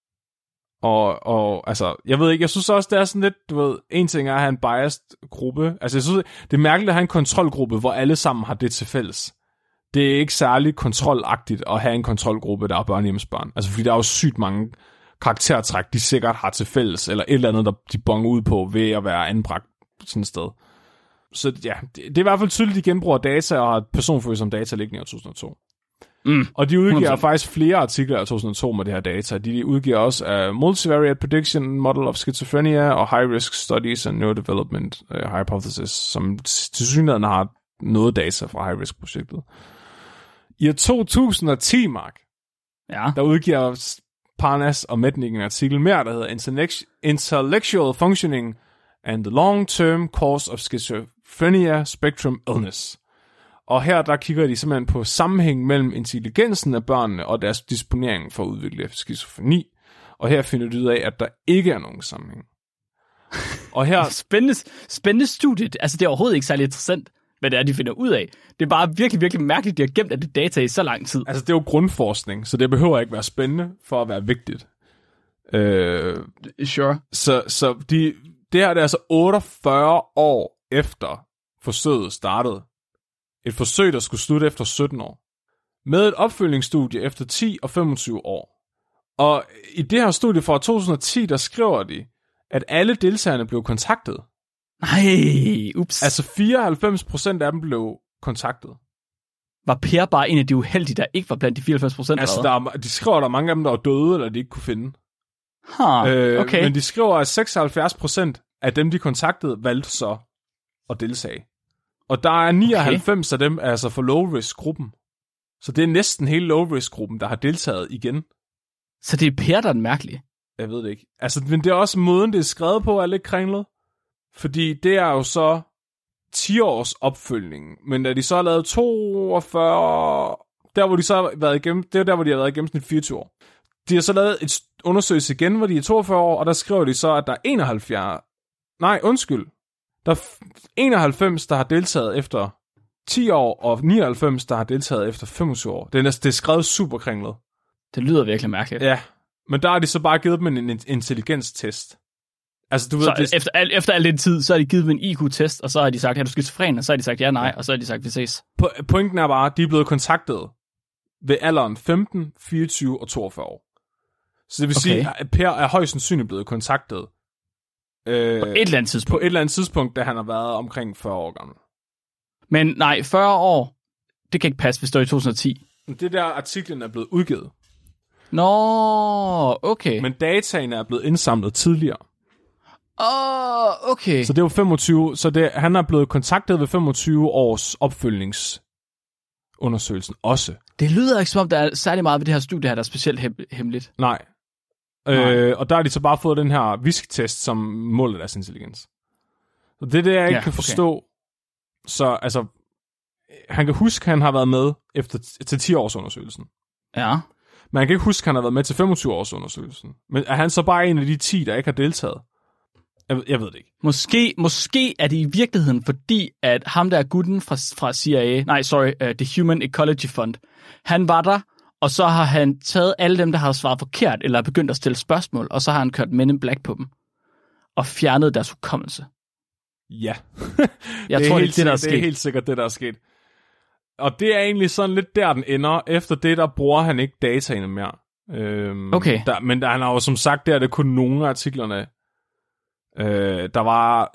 Og altså, jeg ved ikke, jeg synes også, det er sådan lidt, du ved, en ting er at have en biased gruppe. Altså, jeg synes, det er mærkeligt at have en kontrolgruppe, hvor alle sammen har det til fælles. Det er ikke særlig kontrolagtigt at have en kontrolgruppe, der er børnehjemsbørn. Altså, fordi der er jo sygt mange karaktertræk, de sikkert har til fælles, eller et eller andet, der de bonger ud på ved at være anbragt sådan et sted. Så ja, det er i hvert fald tydeligt, at de genbruger data og har personfølsomme data liggende i 2002. Og de udgiver 100%. Faktisk flere artikler i 2002 med det her data. De udgiver også Multivariate Prediction Model of Schizophrenia og High Risk Studies and Neurodevelopment Hypothesis, som tilsyneladende har noget data fra High Risk projektet. I 2010, Mark, der udgiver Parnas og Mednick en artikel mere, der hedder Intellectual Functioning and the Long-Term Course of Schizophrenia Spectrum Illness. Og her der kigger de simpelthen på sammenhængen mellem intelligensen af børnene og deres disponering for at udvikle skizofreni. Og her finder de ud af, at der ikke er nogen sammenhæng. Og her spændende studie. Altså det er overhovedet ikke særlig interessant, hvad det er, de finder ud af. Det er bare virkelig, virkelig mærkeligt, at de har gemt af det data i så lang tid. Altså det er jo grundforskning, så det behøver ikke være spændende for at være vigtigt. Sure. Så det her det er altså 48 år efter forsøget startede. Et forsøg, der skulle slutte efter 17 år. Med et opfølgningsstudie efter 10 og 25 år. Og i det her studie fra 2010, der skriver de, at alle deltagerne blev kontaktet. Nej, ups. Altså 94% af dem blev kontaktet. Var Per bare en af de uheldige, der ikke var blandt de 94%? Altså de skriver, at der er mange af dem, der var døde, eller de ikke kunne finde. Okay. Men de skriver, at 76% af dem, de kontaktede, valgte så at deltage. Og der er 99 af dem, altså for low-risk-gruppen. Så det er næsten hele low-risk-gruppen, der har deltaget igen. Så det er Per, der er den mærkelige? Jeg ved det ikke. Altså, men det er også måden, det er skrevet på, er lidt kringlet. Fordi det er jo så 10 års opfølgning. Men da de så har lavet 42... Der, hvor de så har været igennem... Det er der, hvor de har været igennem sådan 24 år. De har så lavet et undersøgelse igen, hvor de er 42 år, og der skriver de så, at der er 71... Nej, undskyld. Der er 91, der har deltaget efter 10 år, og 99, der har deltaget efter 25 år. Det er skrevet super kringlet. Det lyder virkelig mærkeligt. Ja, men der har de så bare givet dem en intelligenstest. Altså, du ved, så efter al den tid, så har de givet dem en IQ-test, og så har de sagt, at du skizofren, og så har de sagt ja, nej, og så har de sagt, vi ses. Pointen er bare, at de er blevet kontaktet ved alderen 15, 24 og 42 år. Så det vil sige, at Per er højst sandsynligt blevet kontaktet på et eller andet tidspunkt. På et eller andet tidspunkt, da han har været omkring 40 år gammel. Men nej, 40 år, det kan ikke passe, hvis det er i 2010. Det der artiklen er blevet udgivet. Nå, okay. Men dataene er blevet indsamlet tidligere. Okay. Så det var 25, så han er blevet kontaktet ved 25 års opfølgningsundersøgelsen også. Det lyder ikke som om, der er særlig meget ved det her studie her, der er specielt hemmeligt. Nej. Og der har de så bare fået den her visktest, som måler deres intelligens. Så det er det, jeg ikke kan forstå. Så altså, han kan huske, at han har været med til 10 års undersøgelsen. Ja. Men han kan ikke huske, at han har været med til 25 års undersøgelsen. Men er han så bare en af de 10, der ikke har deltaget? Jeg ved det ikke. Måske er det i virkeligheden, fordi at ham der er gutten fra CIA, The Human Ecology Fund, han var der, og så har han taget alle dem, der har svaret forkert, eller begyndt at stille spørgsmål, og så har han kørt Men in Black på dem, og fjernet deres hukommelse. Ja. Jeg tror, det er helt sikkert det, der er sket. Og det er egentlig sådan lidt der, den ender. Efter det, der bruger han ikke dataene mere. Okay. Men han har jo som sagt, det er det kun nogle af artiklerne. Der var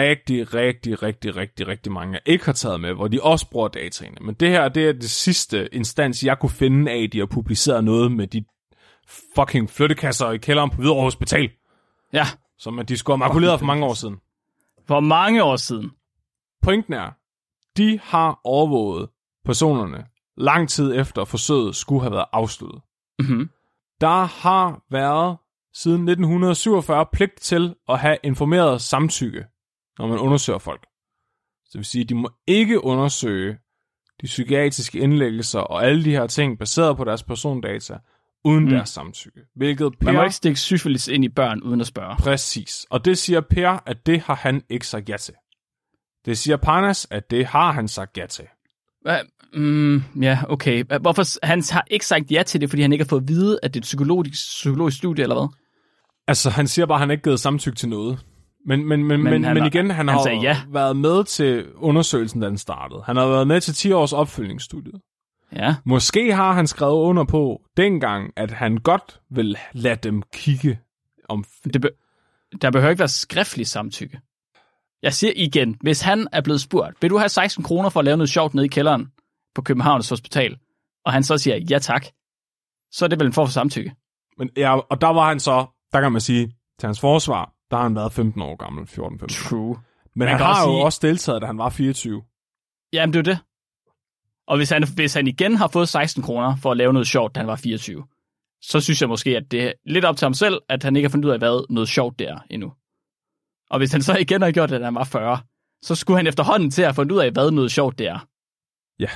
rigtig mange, jeg ikke har taget med, hvor de også bruger dataene. Men det her, det er det sidste instans, jeg kunne finde af, de har publiceret noget med de fucking flyttekasser i kælderen på Hvidovre Hospital. Ja. Som de skulle have makuleret for mange år siden. For mange år siden. Pointen er, de har overvåget personerne lang tid efter forsøget skulle have været afsluttet. Mm-hmm. Der har været siden 1947 pligt til at have informeret samtykke, når man undersøger folk. Så det vil sige, at de må ikke undersøge de psykiatriske indlæggelser og alle de her ting baseret på deres persondata uden deres samtykke. Hvilket Per... Man må ikke stikke syfilis ind i børn uden at spørge. Præcis. Og det siger Per, at det har han ikke sagt ja til. Det siger Parnas, at det har han sagt ja til. Ja, okay. Hvorfor han har ikke sagt ja til det, fordi han ikke har fået at vide, at det er et psykologisk studie, eller hvad? Altså, han siger bare, at han ikke givet samtykke til noget. Men igen, han har været med til undersøgelsen, da den startede. Han har været med til 10 års opfølgningsstudiet. Ja. Måske har han skrevet under på dengang, at han godt vil lade dem kigge om... Der behøver ikke være skriftlig samtykke. Jeg siger igen, hvis han er blevet spurgt, vil du have 16 kroner for at lave noget sjovt nede i kælderen på Københavns Hospital, og han så siger ja tak, så er det vel en form for samtykke. Men ja, og der var han så, der kan man sige, til hans forsvar, der har han været 15 år gammel, 14-15. True. Men han har jo også deltaget, da han var 24. Jamen, det er det. Og hvis han igen har fået 16 kroner for at lave noget sjovt, da han var 24, så synes jeg måske, at det er lidt op til ham selv, at han ikke har fundet ud af, hvad noget sjovt det er endnu. Og hvis han så igen har gjort det, da han var 40, så skulle han efterhånden til at finde ud af, hvad noget sjovt det er. Ja.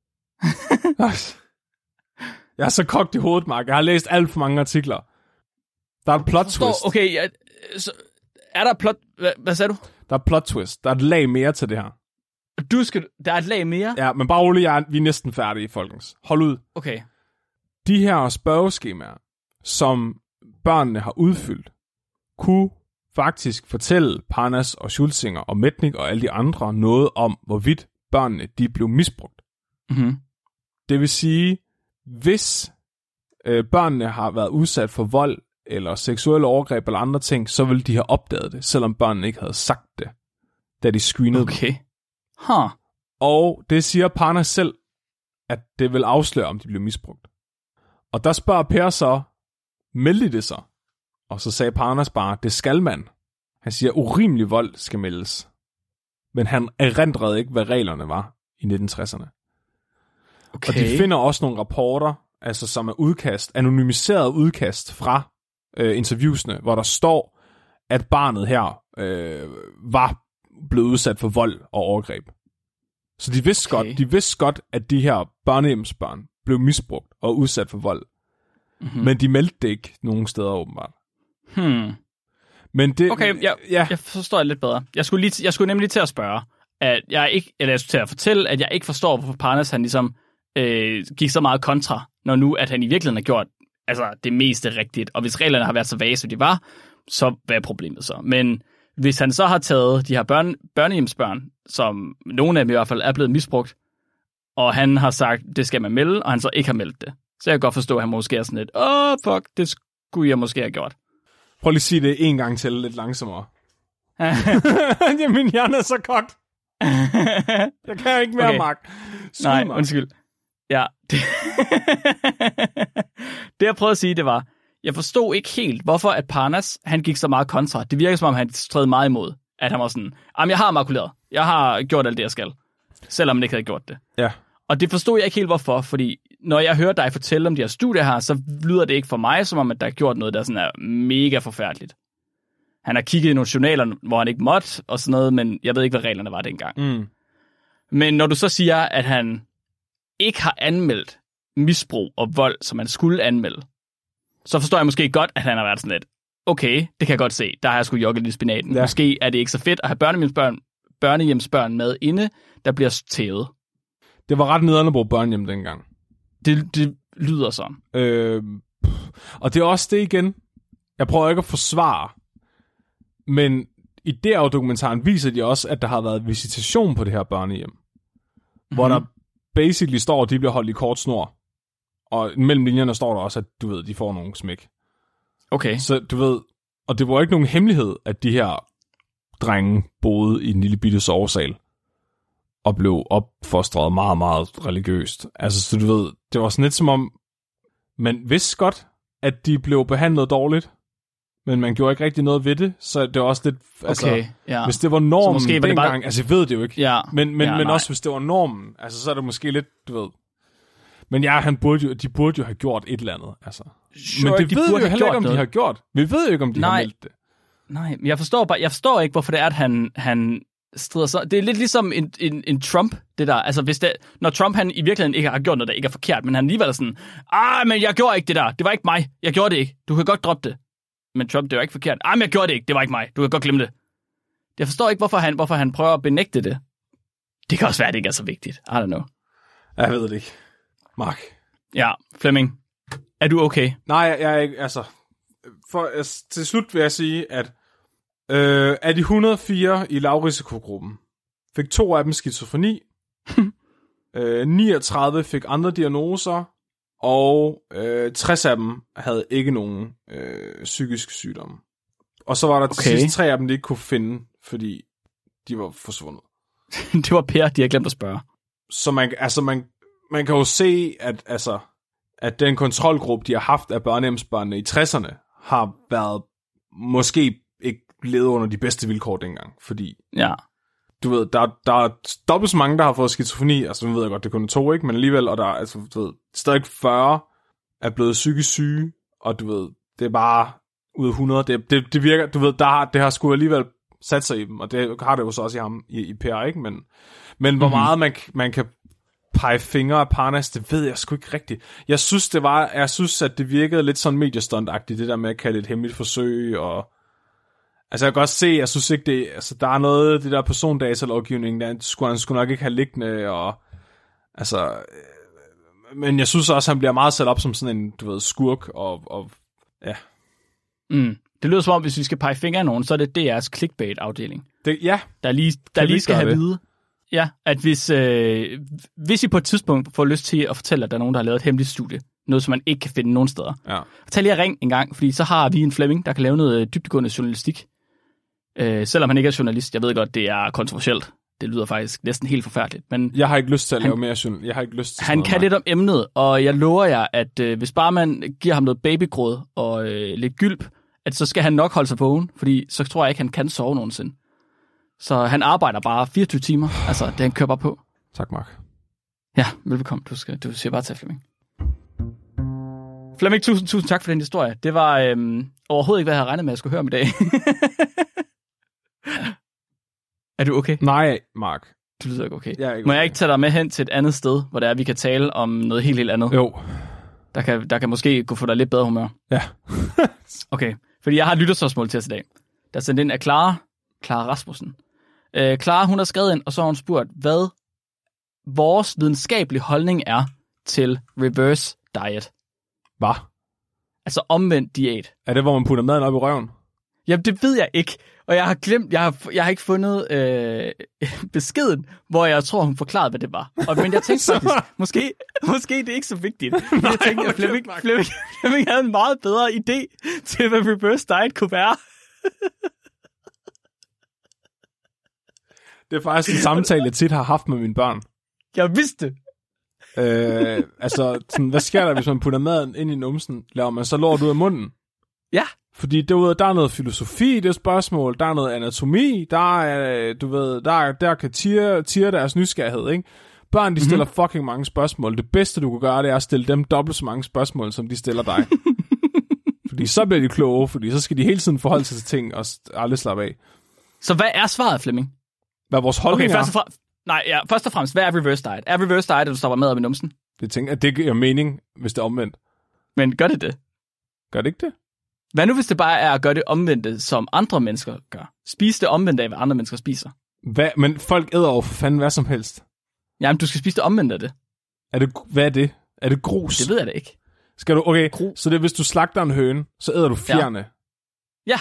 Jeg er så kogt i hovedet, Mark. Jeg har læst alt for mange artikler. Der er et plot twist. Okay, så er der plot... Hvad sagde du? Der er et plot twist. Der er et lag mere til det her. Der er et lag mere? Ja, men bare rolig, vi er næsten færdige, folkens. Hold ud. Okay. De her spørgeskemaer, som børnene har udfyldt, kunne faktisk fortælle Parnas og Schultzinger og Metnik og alle de andre noget om, hvorvidt børnene de blev misbrugt. Mm-hmm. Det vil sige, hvis børnene har været udsat for vold eller seksuelle overgreb eller andre ting, så ville de have opdaget det, selvom børnene ikke havde sagt det, da de screenede dem. Okay. Og det siger Parnas selv, at det vil afsløre, om de blev misbrugt. Og der spørger Per så, meldte det så? Og så sagde Parnas bare, det skal man. Han siger, urimelig vold skal meldes. Men han erindrede ikke, hvad reglerne var i 1960'erne. Okay. Og de finder også nogle rapporter altså som er anonymiseret udkast fra interviewsene, hvor der står, at barnet her var blevet udsat for vold og overgreb. Så de vidste godt, at de her børnehjemsbørn blev misbrugt og udsat for vold. Mm-hmm. Men de meldte det ikke nogen steder åbenbart. Men det, okay, jeg forstår det lidt bedre. Jeg skulle nemlig til at spørge, at jeg skulle til at fortælle, at jeg ikke forstår, hvorfor Parnas han ligesom gik så meget kontra, når nu, at han i virkeligheden har gjort det meste rigtigt. Og hvis reglerne har været så vage, som de var, så hvad er problemet så? Men hvis han så har taget de her børnehjemsbørn, som nogle af dem i hvert fald er blevet misbrugt, og han har sagt, det skal man melde, og han så ikke har meldt det, så jeg kan godt forstå, at han måske er sådan lidt, fuck, det skulle jeg måske have gjort. Prøv lige at sige det en gang til, lidt langsommere. Min hjerne er så kogt. Jeg kan ikke mere, okay. Mark. Nej, undskyld. Ja. Det jeg prøvede at sige, det var, jeg forstod ikke helt, hvorfor at Parnas, han gik så meget kontra. Det virker som om, han stræd meget imod. At han var sådan, jeg har makuleret. Jeg har gjort alt det, jeg skal. Selvom han ikke havde gjort det. Ja. Og det forstod jeg ikke helt, hvorfor. Fordi når jeg hører dig fortælle om de her studier her, så lyder det ikke for mig, som om, at der er gjort noget, der sådan er mega forfærdeligt. Han har kigget i nogle journaler, hvor han ikke måtte, og sådan noget, men jeg ved ikke, hvad reglerne var dengang. Mm. Men når du så siger, at han ikke har anmeldt misbrug og vold, som han skulle anmelde, så forstår jeg måske godt, at han har været sådan lidt, okay, det kan jeg godt se, der har jeg sgu jogget lidt i spinaten. Ja. Måske er det ikke så fedt at have børnehjemsbørn med inde, der bliver tævet. Det var ret nederen at bruge børnehjem dengang. Det lyder sådan. Og det er også det igen. Jeg prøver ikke at forsvare, men i DR-dokumentaren viser de også, at der har været visitation på det her børnehjem. Mm-hmm. Hvor der basically står, at de bliver holdt i kort snor. Og mellem linjerne står der også, at du ved, de får nogle smæk. Okay. Så du ved, og det var ikke nogen hemmelighed, at de her drenge boede i en lille bitte sovesal og blev opfostret meget, meget religiøst. Altså, så du ved, det var sådan lidt som om, man vidste godt, at de blev behandlet dårligt, men man gjorde ikke rigtig noget ved det, så det var også lidt, altså, okay, ja. Hvis det var normen dengang, bare... altså jeg ved det jo ikke, ja. men også hvis det var normen, altså så er det måske lidt, du ved, men ja, de burde jo have gjort et eller andet, altså. Sure, men det ved vi jo heller ikke, om de har gjort. Vi ved jo ikke, om de har meldt det. Nej, men jeg forstår ikke, hvorfor det er, at han strider så. Det er lidt ligesom en Trump, det der. Altså, når Trump han i virkeligheden ikke har gjort noget, der ikke er forkert, men han alligevel er sådan, men jeg gjorde ikke det der. Det var ikke mig. Jeg gjorde det ikke. Du kan godt droppe det. Men Trump, det var ikke forkert. Men jeg gjorde det ikke. Det var ikke mig. Du kan godt glemme det. Jeg forstår ikke, hvorfor han prøver at benægte det. Det kan også være, at det ikke er så vigtigt. I don't know. Jeg ved det ikke. Mark. Ja, Flemming. Er du okay? Nej, jeg er ikke, altså... til slut vil jeg sige, at af de 104 i lavrisikogruppen, fik 2 af dem skizofreni, 39 fik andre diagnoser, og 60 af dem havde ikke nogen psykiske sygdomme. Og så var der til sidst 3 af dem, de ikke kunne finde, fordi de var forsvundet. Det var Per, de har glemt at spørge. Så man kan jo se, at den kontrolgruppe, de har haft af børnehjemsbørnene i 60'erne, har været måske ikke levet under de bedste vilkår dengang, fordi du ved, der er dobbelt så mange, der har fået skizofreni, altså nu ved jeg godt, det er kun 2, ikke, men alligevel, og der er altså, du ved, stadig 40 er blevet psykisk syge, og du ved, det er bare ud af 100, det virker, du ved, det har sgu alligevel sat sig i dem, og det har det jo så også i ham, i PR, ikke, men hvor meget man kan pege fingre af Parnas, det ved jeg sgu ikke rigtigt. Jeg synes, at det virkede lidt sådan mediestunt-agtigt, det der med at kalde et hemmeligt forsøg, og altså jeg kan godt se, jeg synes ikke det, altså der er noget, det der persondatalovgivning, der skulle han nok ikke have liggende, og altså, men jeg synes også, han bliver meget sat op som sådan en, du ved, skurk, og ja. Det lyder som om, hvis vi skal pege fingre af nogen, så er det DR's clickbait-afdeling. Ja. Der lige skal have vide. Ja, at hvis I på et tidspunkt får lyst til at fortælle, at der er nogen, der har lavet et hemmeligt studie, noget som man ikke kan finde nogen steder, fortæl lige at ringe en gang, fordi så har vi en Flemming, der kan lave noget dybdegående journalistik. Selvom han ikke er journalist, jeg ved godt, det er kontroversielt. Det lyder faktisk næsten helt forfærdeligt. Men jeg har ikke lyst til at lave mere journalistik. Jeg har ikke lyst til han kan lidt om emnet, og jeg lover jer, at hvis bare man giver ham noget babygråd og lidt gylp, at så skal han nok holde sig vågen, fordi så tror jeg ikke, han kan sove nogensinde. Så han arbejder bare 24 timer. Altså, det han kører bare på. Tak, Mark. Ja, velbekomme. Du siger bare til, Flemming. Flemming, tusind tak for den historie. Det var overhovedet ikke, hvad jeg havde regnet med, at jeg skulle høre om i dag. Er du okay? Nej, Mark. Du lyder ikke okay. Jeg ikke Må jeg ikke tage dig med hen til et andet sted, hvor det er, vi kan tale om noget helt andet? Jo. Der kan måske kunne få dig lidt bedre humør. Ja. Okay, fordi jeg har et lytterspørgsmål til os i dag. Der er sendt ind af Clara Rasmussen. Clara, hun har skrevet ind, og så har hun spurgt, hvad vores videnskabelige holdning er til reverse diet. Hvad? Altså omvendt diæt. Er det, hvor man putter maden op i røven? Jamen, det ved jeg ikke. Og jeg har glemt, jeg har ikke fundet beskeden, hvor jeg tror, hun forklarede, hvad det var. Men jeg tænkte faktisk, måske det er ikke så vigtigt. Men jeg tænkte, at Flemming havde en meget bedre idé til, hvad reverse diet kunne være. Det er faktisk en samtale, jeg tit har haft med mine børn. Jeg vidste det. Altså, sådan, hvad sker der, hvis man putter maden ind i numsen? Laver man så lort ud af munden? Ja. Fordi derude, der er noget filosofi i det spørgsmål, der er noget anatomi, der er, du ved, der kan tire deres nysgerrighed, ikke? Børn, de stiller fucking mange spørgsmål. Det bedste, du kan gøre, det er at stille dem dobbelt så mange spørgsmål, som de stiller dig. Fordi så bliver de kloge, fordi så skal de hele tiden forholde sig til ting og aldrig slappe af. Så hvad er svaret, Flemming? Hvad vores holdning er? Først og fremmest, hvad er reverse diet? Er reverse diet, at du stopper med op i numsen? Jeg tænker, at det giver mening, hvis det er omvendt. Men gør det? Gør det ikke det? Hvad nu, hvis det bare er at gøre det omvendte, som andre mennesker gør? Spise det omvendte af, hvad andre mennesker spiser. Hvad? Men folk æder over for fanden hvad som helst. Jamen, du skal spise det omvendte af det. Hvad er det? Er det grus? Det ved jeg da ikke. Skal du, okay, så det er, hvis du slagter en høne, så æder du fjerne. Ja.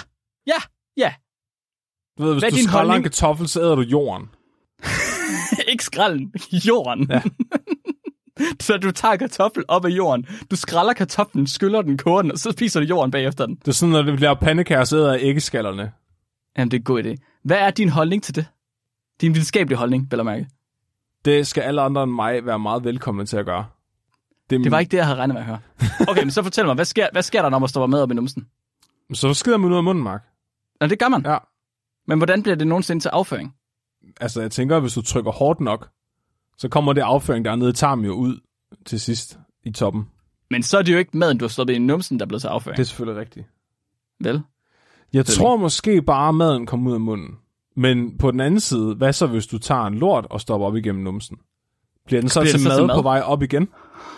Du ved, hvis du skræller en kartoffel, så æder du jorden. Ikke skralden, jorden. Ja. Så du tager kartoffel op af jorden, du skræller kartoflen, skyller den, koger den, og så spiser du jorden bagefter den. Det er sådan, når det laver pandekager, så æder æggeskallerne. Jamen, det er en god idé. Hvad er din holdning til det? Din videnskabelige holdning, vel at mærke. Det skal alle andre end mig være meget velkomne til at gøre. Det var ikke det, jeg havde regnet med at høre. Okay, men så fortæl mig, hvad sker der, når man stopper med op i numsen? Så skider man ud af munden, Mark. Nå, det gør man? Ja. Men hvordan bliver det nogensinde til afføring? Altså, jeg tænker, hvis du trykker hårdt nok, så kommer det afføring, der er nede i tarmen jo ud til sidst i toppen. Men så er det jo ikke maden, du har stoppet i numsen, der er blevet til afføring. Det er selvfølgelig rigtigt. Vel? Jeg tror måske bare, at maden kommer ud af munden. Men på den anden side, hvad så, hvis du tager en lort og stopper op igennem numsen? Bliver den så til mad på vej op igen?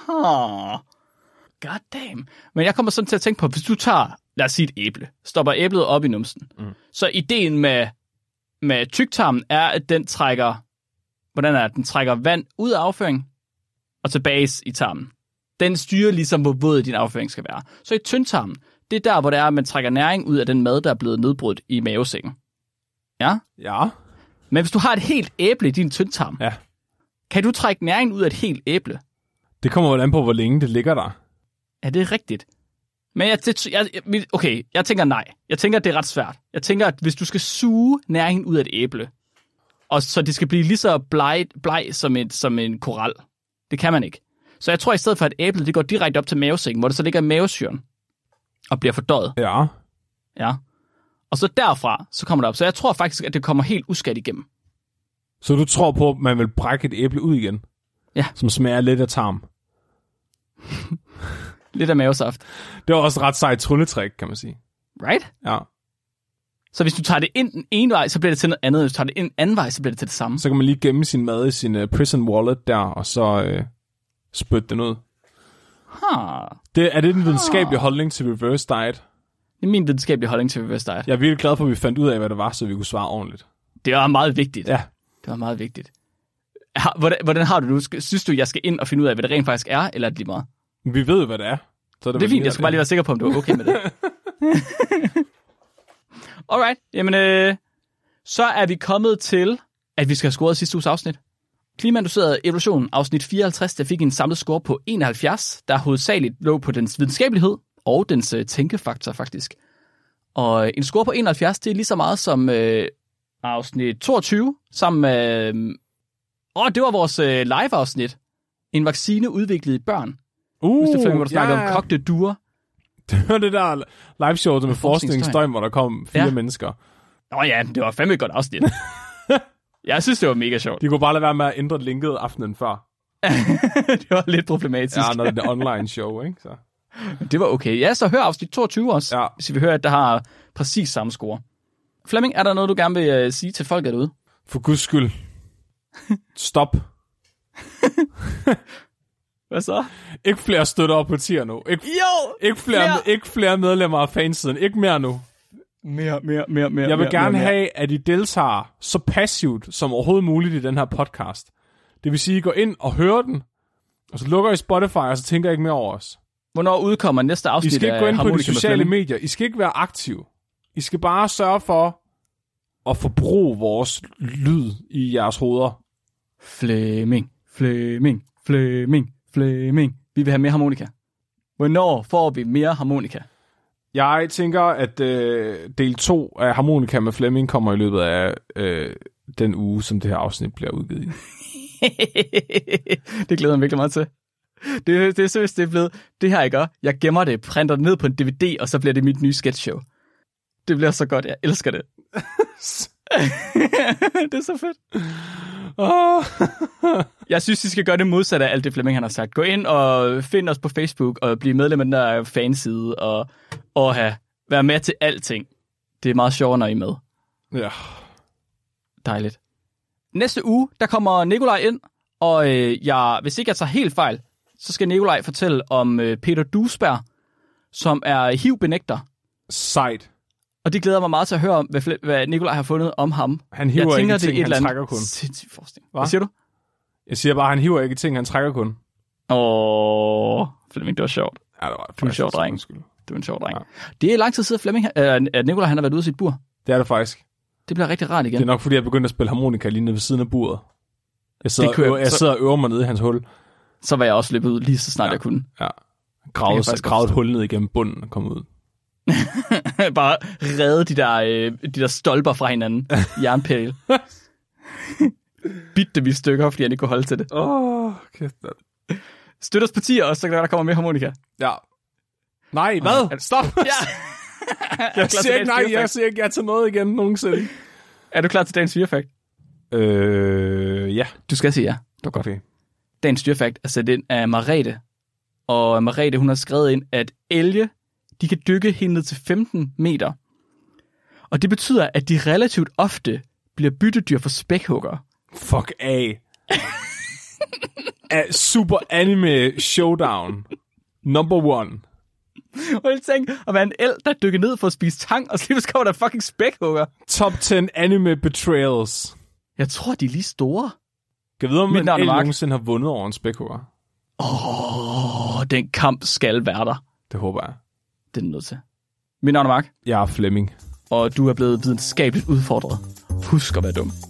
God damn. Men jeg kommer sådan til at tænke på, hvis du tager, lad os sige et æble, stopper æblet op i numsen, så ideen med tyktarmen er, at den trækker, den trækker vand ud af afføring og tilbage i tarmen. Den styrer ligesom, hvor våd din afføring skal være. Så i tyndtarmen, det er der, hvor det er, at man trækker næring ud af den mad, der er blevet nedbrudt i mavesækken. Ja? Ja. Men hvis du har et helt æble i din tyndtarm, kan du trække næring ud af et helt æble? Det kommer jo an på, hvor længe det ligger der. Er det rigtigt? Men jeg tænker nej. Jeg tænker, at det er ret svært. Jeg tænker, at hvis du skal suge næringen ud af et æble, og så det skal blive lige så bleg som en koral, det kan man ikke. Så jeg tror, i stedet for, at æblet det går direkte op til mavesækken, hvor det så ligger i mavesyren og bliver fordøjet. Ja. Og så derfra, så kommer det op. Så jeg tror faktisk, at det kommer helt uskadt igennem. Så du tror på, at man vil brække et æble ud igen? Ja. Som smager lidt af tarm? Lidt af mavesaft. Det var også ret sejt trylletrik, kan man sige. Right? Ja. Så hvis du tager det ind den ene vej, så bliver det til noget andet. Hvis du tager det ind den anden vej, så bliver det til det samme. Så kan man lige gemme sin mad i sin prison wallet der, og så spytte den ud. Er det den videnskabelige holdning til reverse diet? Det er min videnskabelige holdning til reverse diet. Jeg er virkelig glad for, at vi fandt ud af, hvad det var, så vi kunne svare ordentligt. Det var meget vigtigt. Ja. Det var meget vigtigt. Hvordan har du nu? Synes du, jeg skal ind og finde ud af, hvad det rent faktisk er, eller er det lige meget? Vi ved, hvad det er. Så det er fint, jeg skal bare lige være sikker på, om du er okay med det. Alright, jamen så er vi kommet til, at vi skal have scoret sidste uges afsnit. Klimaindustreret evolution, afsnit 54, der fik en samlet score på 71, der hovedsageligt lå på dens videnskabelighed og dens tænkefaktor faktisk. Og en score på 71, det er lige så meget som afsnit 22, sammen med... det var vores live-afsnit. En vaccine udviklet i børn. Hvis du hvor du snakker om kogte duer. Det var det der live-show med forskningsstøj, hvor der kom 4 mennesker. Nå ja, det var fandme et godt afsnit. Jeg synes, det var mega sjovt. De kunne bare lade være med at ændre linket aftenen før. Det var lidt problematisk. Ja, når det er online show, ikke? Så. Det var okay. Ja, så hør afsnit 22 også, Ja. hvis vi hører, at der har præcis samme score. Flemming, er der noget, du gerne vil sige til folk derude? For guds skyld. Stop. Hvad så? Ikke flere støtter på tier nu. Ikke flere medlemmer af fansiden. Ikke mere nu. Mere. Jeg vil gerne have, at I deltager så passivt som overhovedet muligt i den her podcast. Det vil sige, at I går ind og hører den, og så lukker I Spotify, og så tænker I ikke mere over os. Hvornår udkommer næste afsnit? I skal ikke gå ind på de Harmonika sociale medier. I skal ikke være aktive. I skal bare sørge for at forbruge vores lyd i jeres hoveder. Flemming. Vi vil have mere harmonika. Hvornår får vi mere harmonika? Jeg tænker, at del 2 af Harmonika med Flemming kommer i løbet af den uge, som det her afsnit bliver udgivet i. Det glæder jeg mig virkelig meget til. Det er seriøst, det er blevet det her, jeg gør. Jeg gemmer det, printer det ned på en DVD, og så bliver det mit nye sketchshow. Det bliver så godt, jeg elsker det. Det er så fedt. Jeg synes, I skal gøre det modsatte af alt det, Flemming han har sagt. Gå ind og find os på Facebook, og blive medlem af den der fanside, og være med til alting. Det er meget sjovere, når I er med. Ja. Dejligt. Næste uge, der kommer Nikolaj ind, og hvis ikke jeg tager helt fejl, så skal Nikolaj fortælle om Peter Duesberg, som er HIV-benægter. Sejt. Og det glæder mig meget til at høre om, hvad Nikolaj har fundet om ham. Han hiver ikke ting, han trækker kun. Sindssygt forskning. Hvad siger du? Jeg siger bare, han hiver ikke ting, han trækker kun. Flemming, det var sjovt. Ja, det var Du er en sjov dreng. Undskyld. Du er en sjov dreng. Ja. Det er lang tid siden, Flemming, at Nikolaj han har været ude af sit bur. Det er det faktisk. Det bliver rigtig rart igen. Det er nok, fordi jeg begyndte at spille harmonika lige nede ved siden af buret. Jeg sidder og øver mig nede i hans hul. Så var jeg også løbet ud lige så snart jeg kunne. Ja. Gravet et hul ned igennem bunden og kom ud. Bare redde de der stolper fra hinanden. Jernpæl. Bidt dem i stykker, fordi han ikke kunne holde til det. Kæft. Støt os på tier også, så kan der kommer mere harmonika. Ja. Nej, hvad? Stop! Ja. Jeg siger ikke ja til noget igen nogensinde. Er du klar til dagens fyrefakt? Ja. Du skal sige ja. Det var godt. Okay. Dagens fyrefakt er sat ind af Marete. Og Marete, hun har skrevet ind, at elge, de kan dykke helt ned til 15 meter. Og det betyder, at de relativt ofte bliver byttedyr for spækhugger. Fuck af. Super Anime Showdown. Number 1. Og jeg tænkte, at være en elg, der dykker ned for at spise tang, og så lige kommer der fucking spækhugger. Top 10 anime betrayals. Jeg tror, de er lige store. Kan vide, om en elg nogensinde har vundet over en spækhugger? Den kamp skal være der. Det håber jeg. Det er nødt til. Mit navn er Mark. Jeg er Flemming. Og du er blevet videnskabeligt udfordret. Husk at være dum.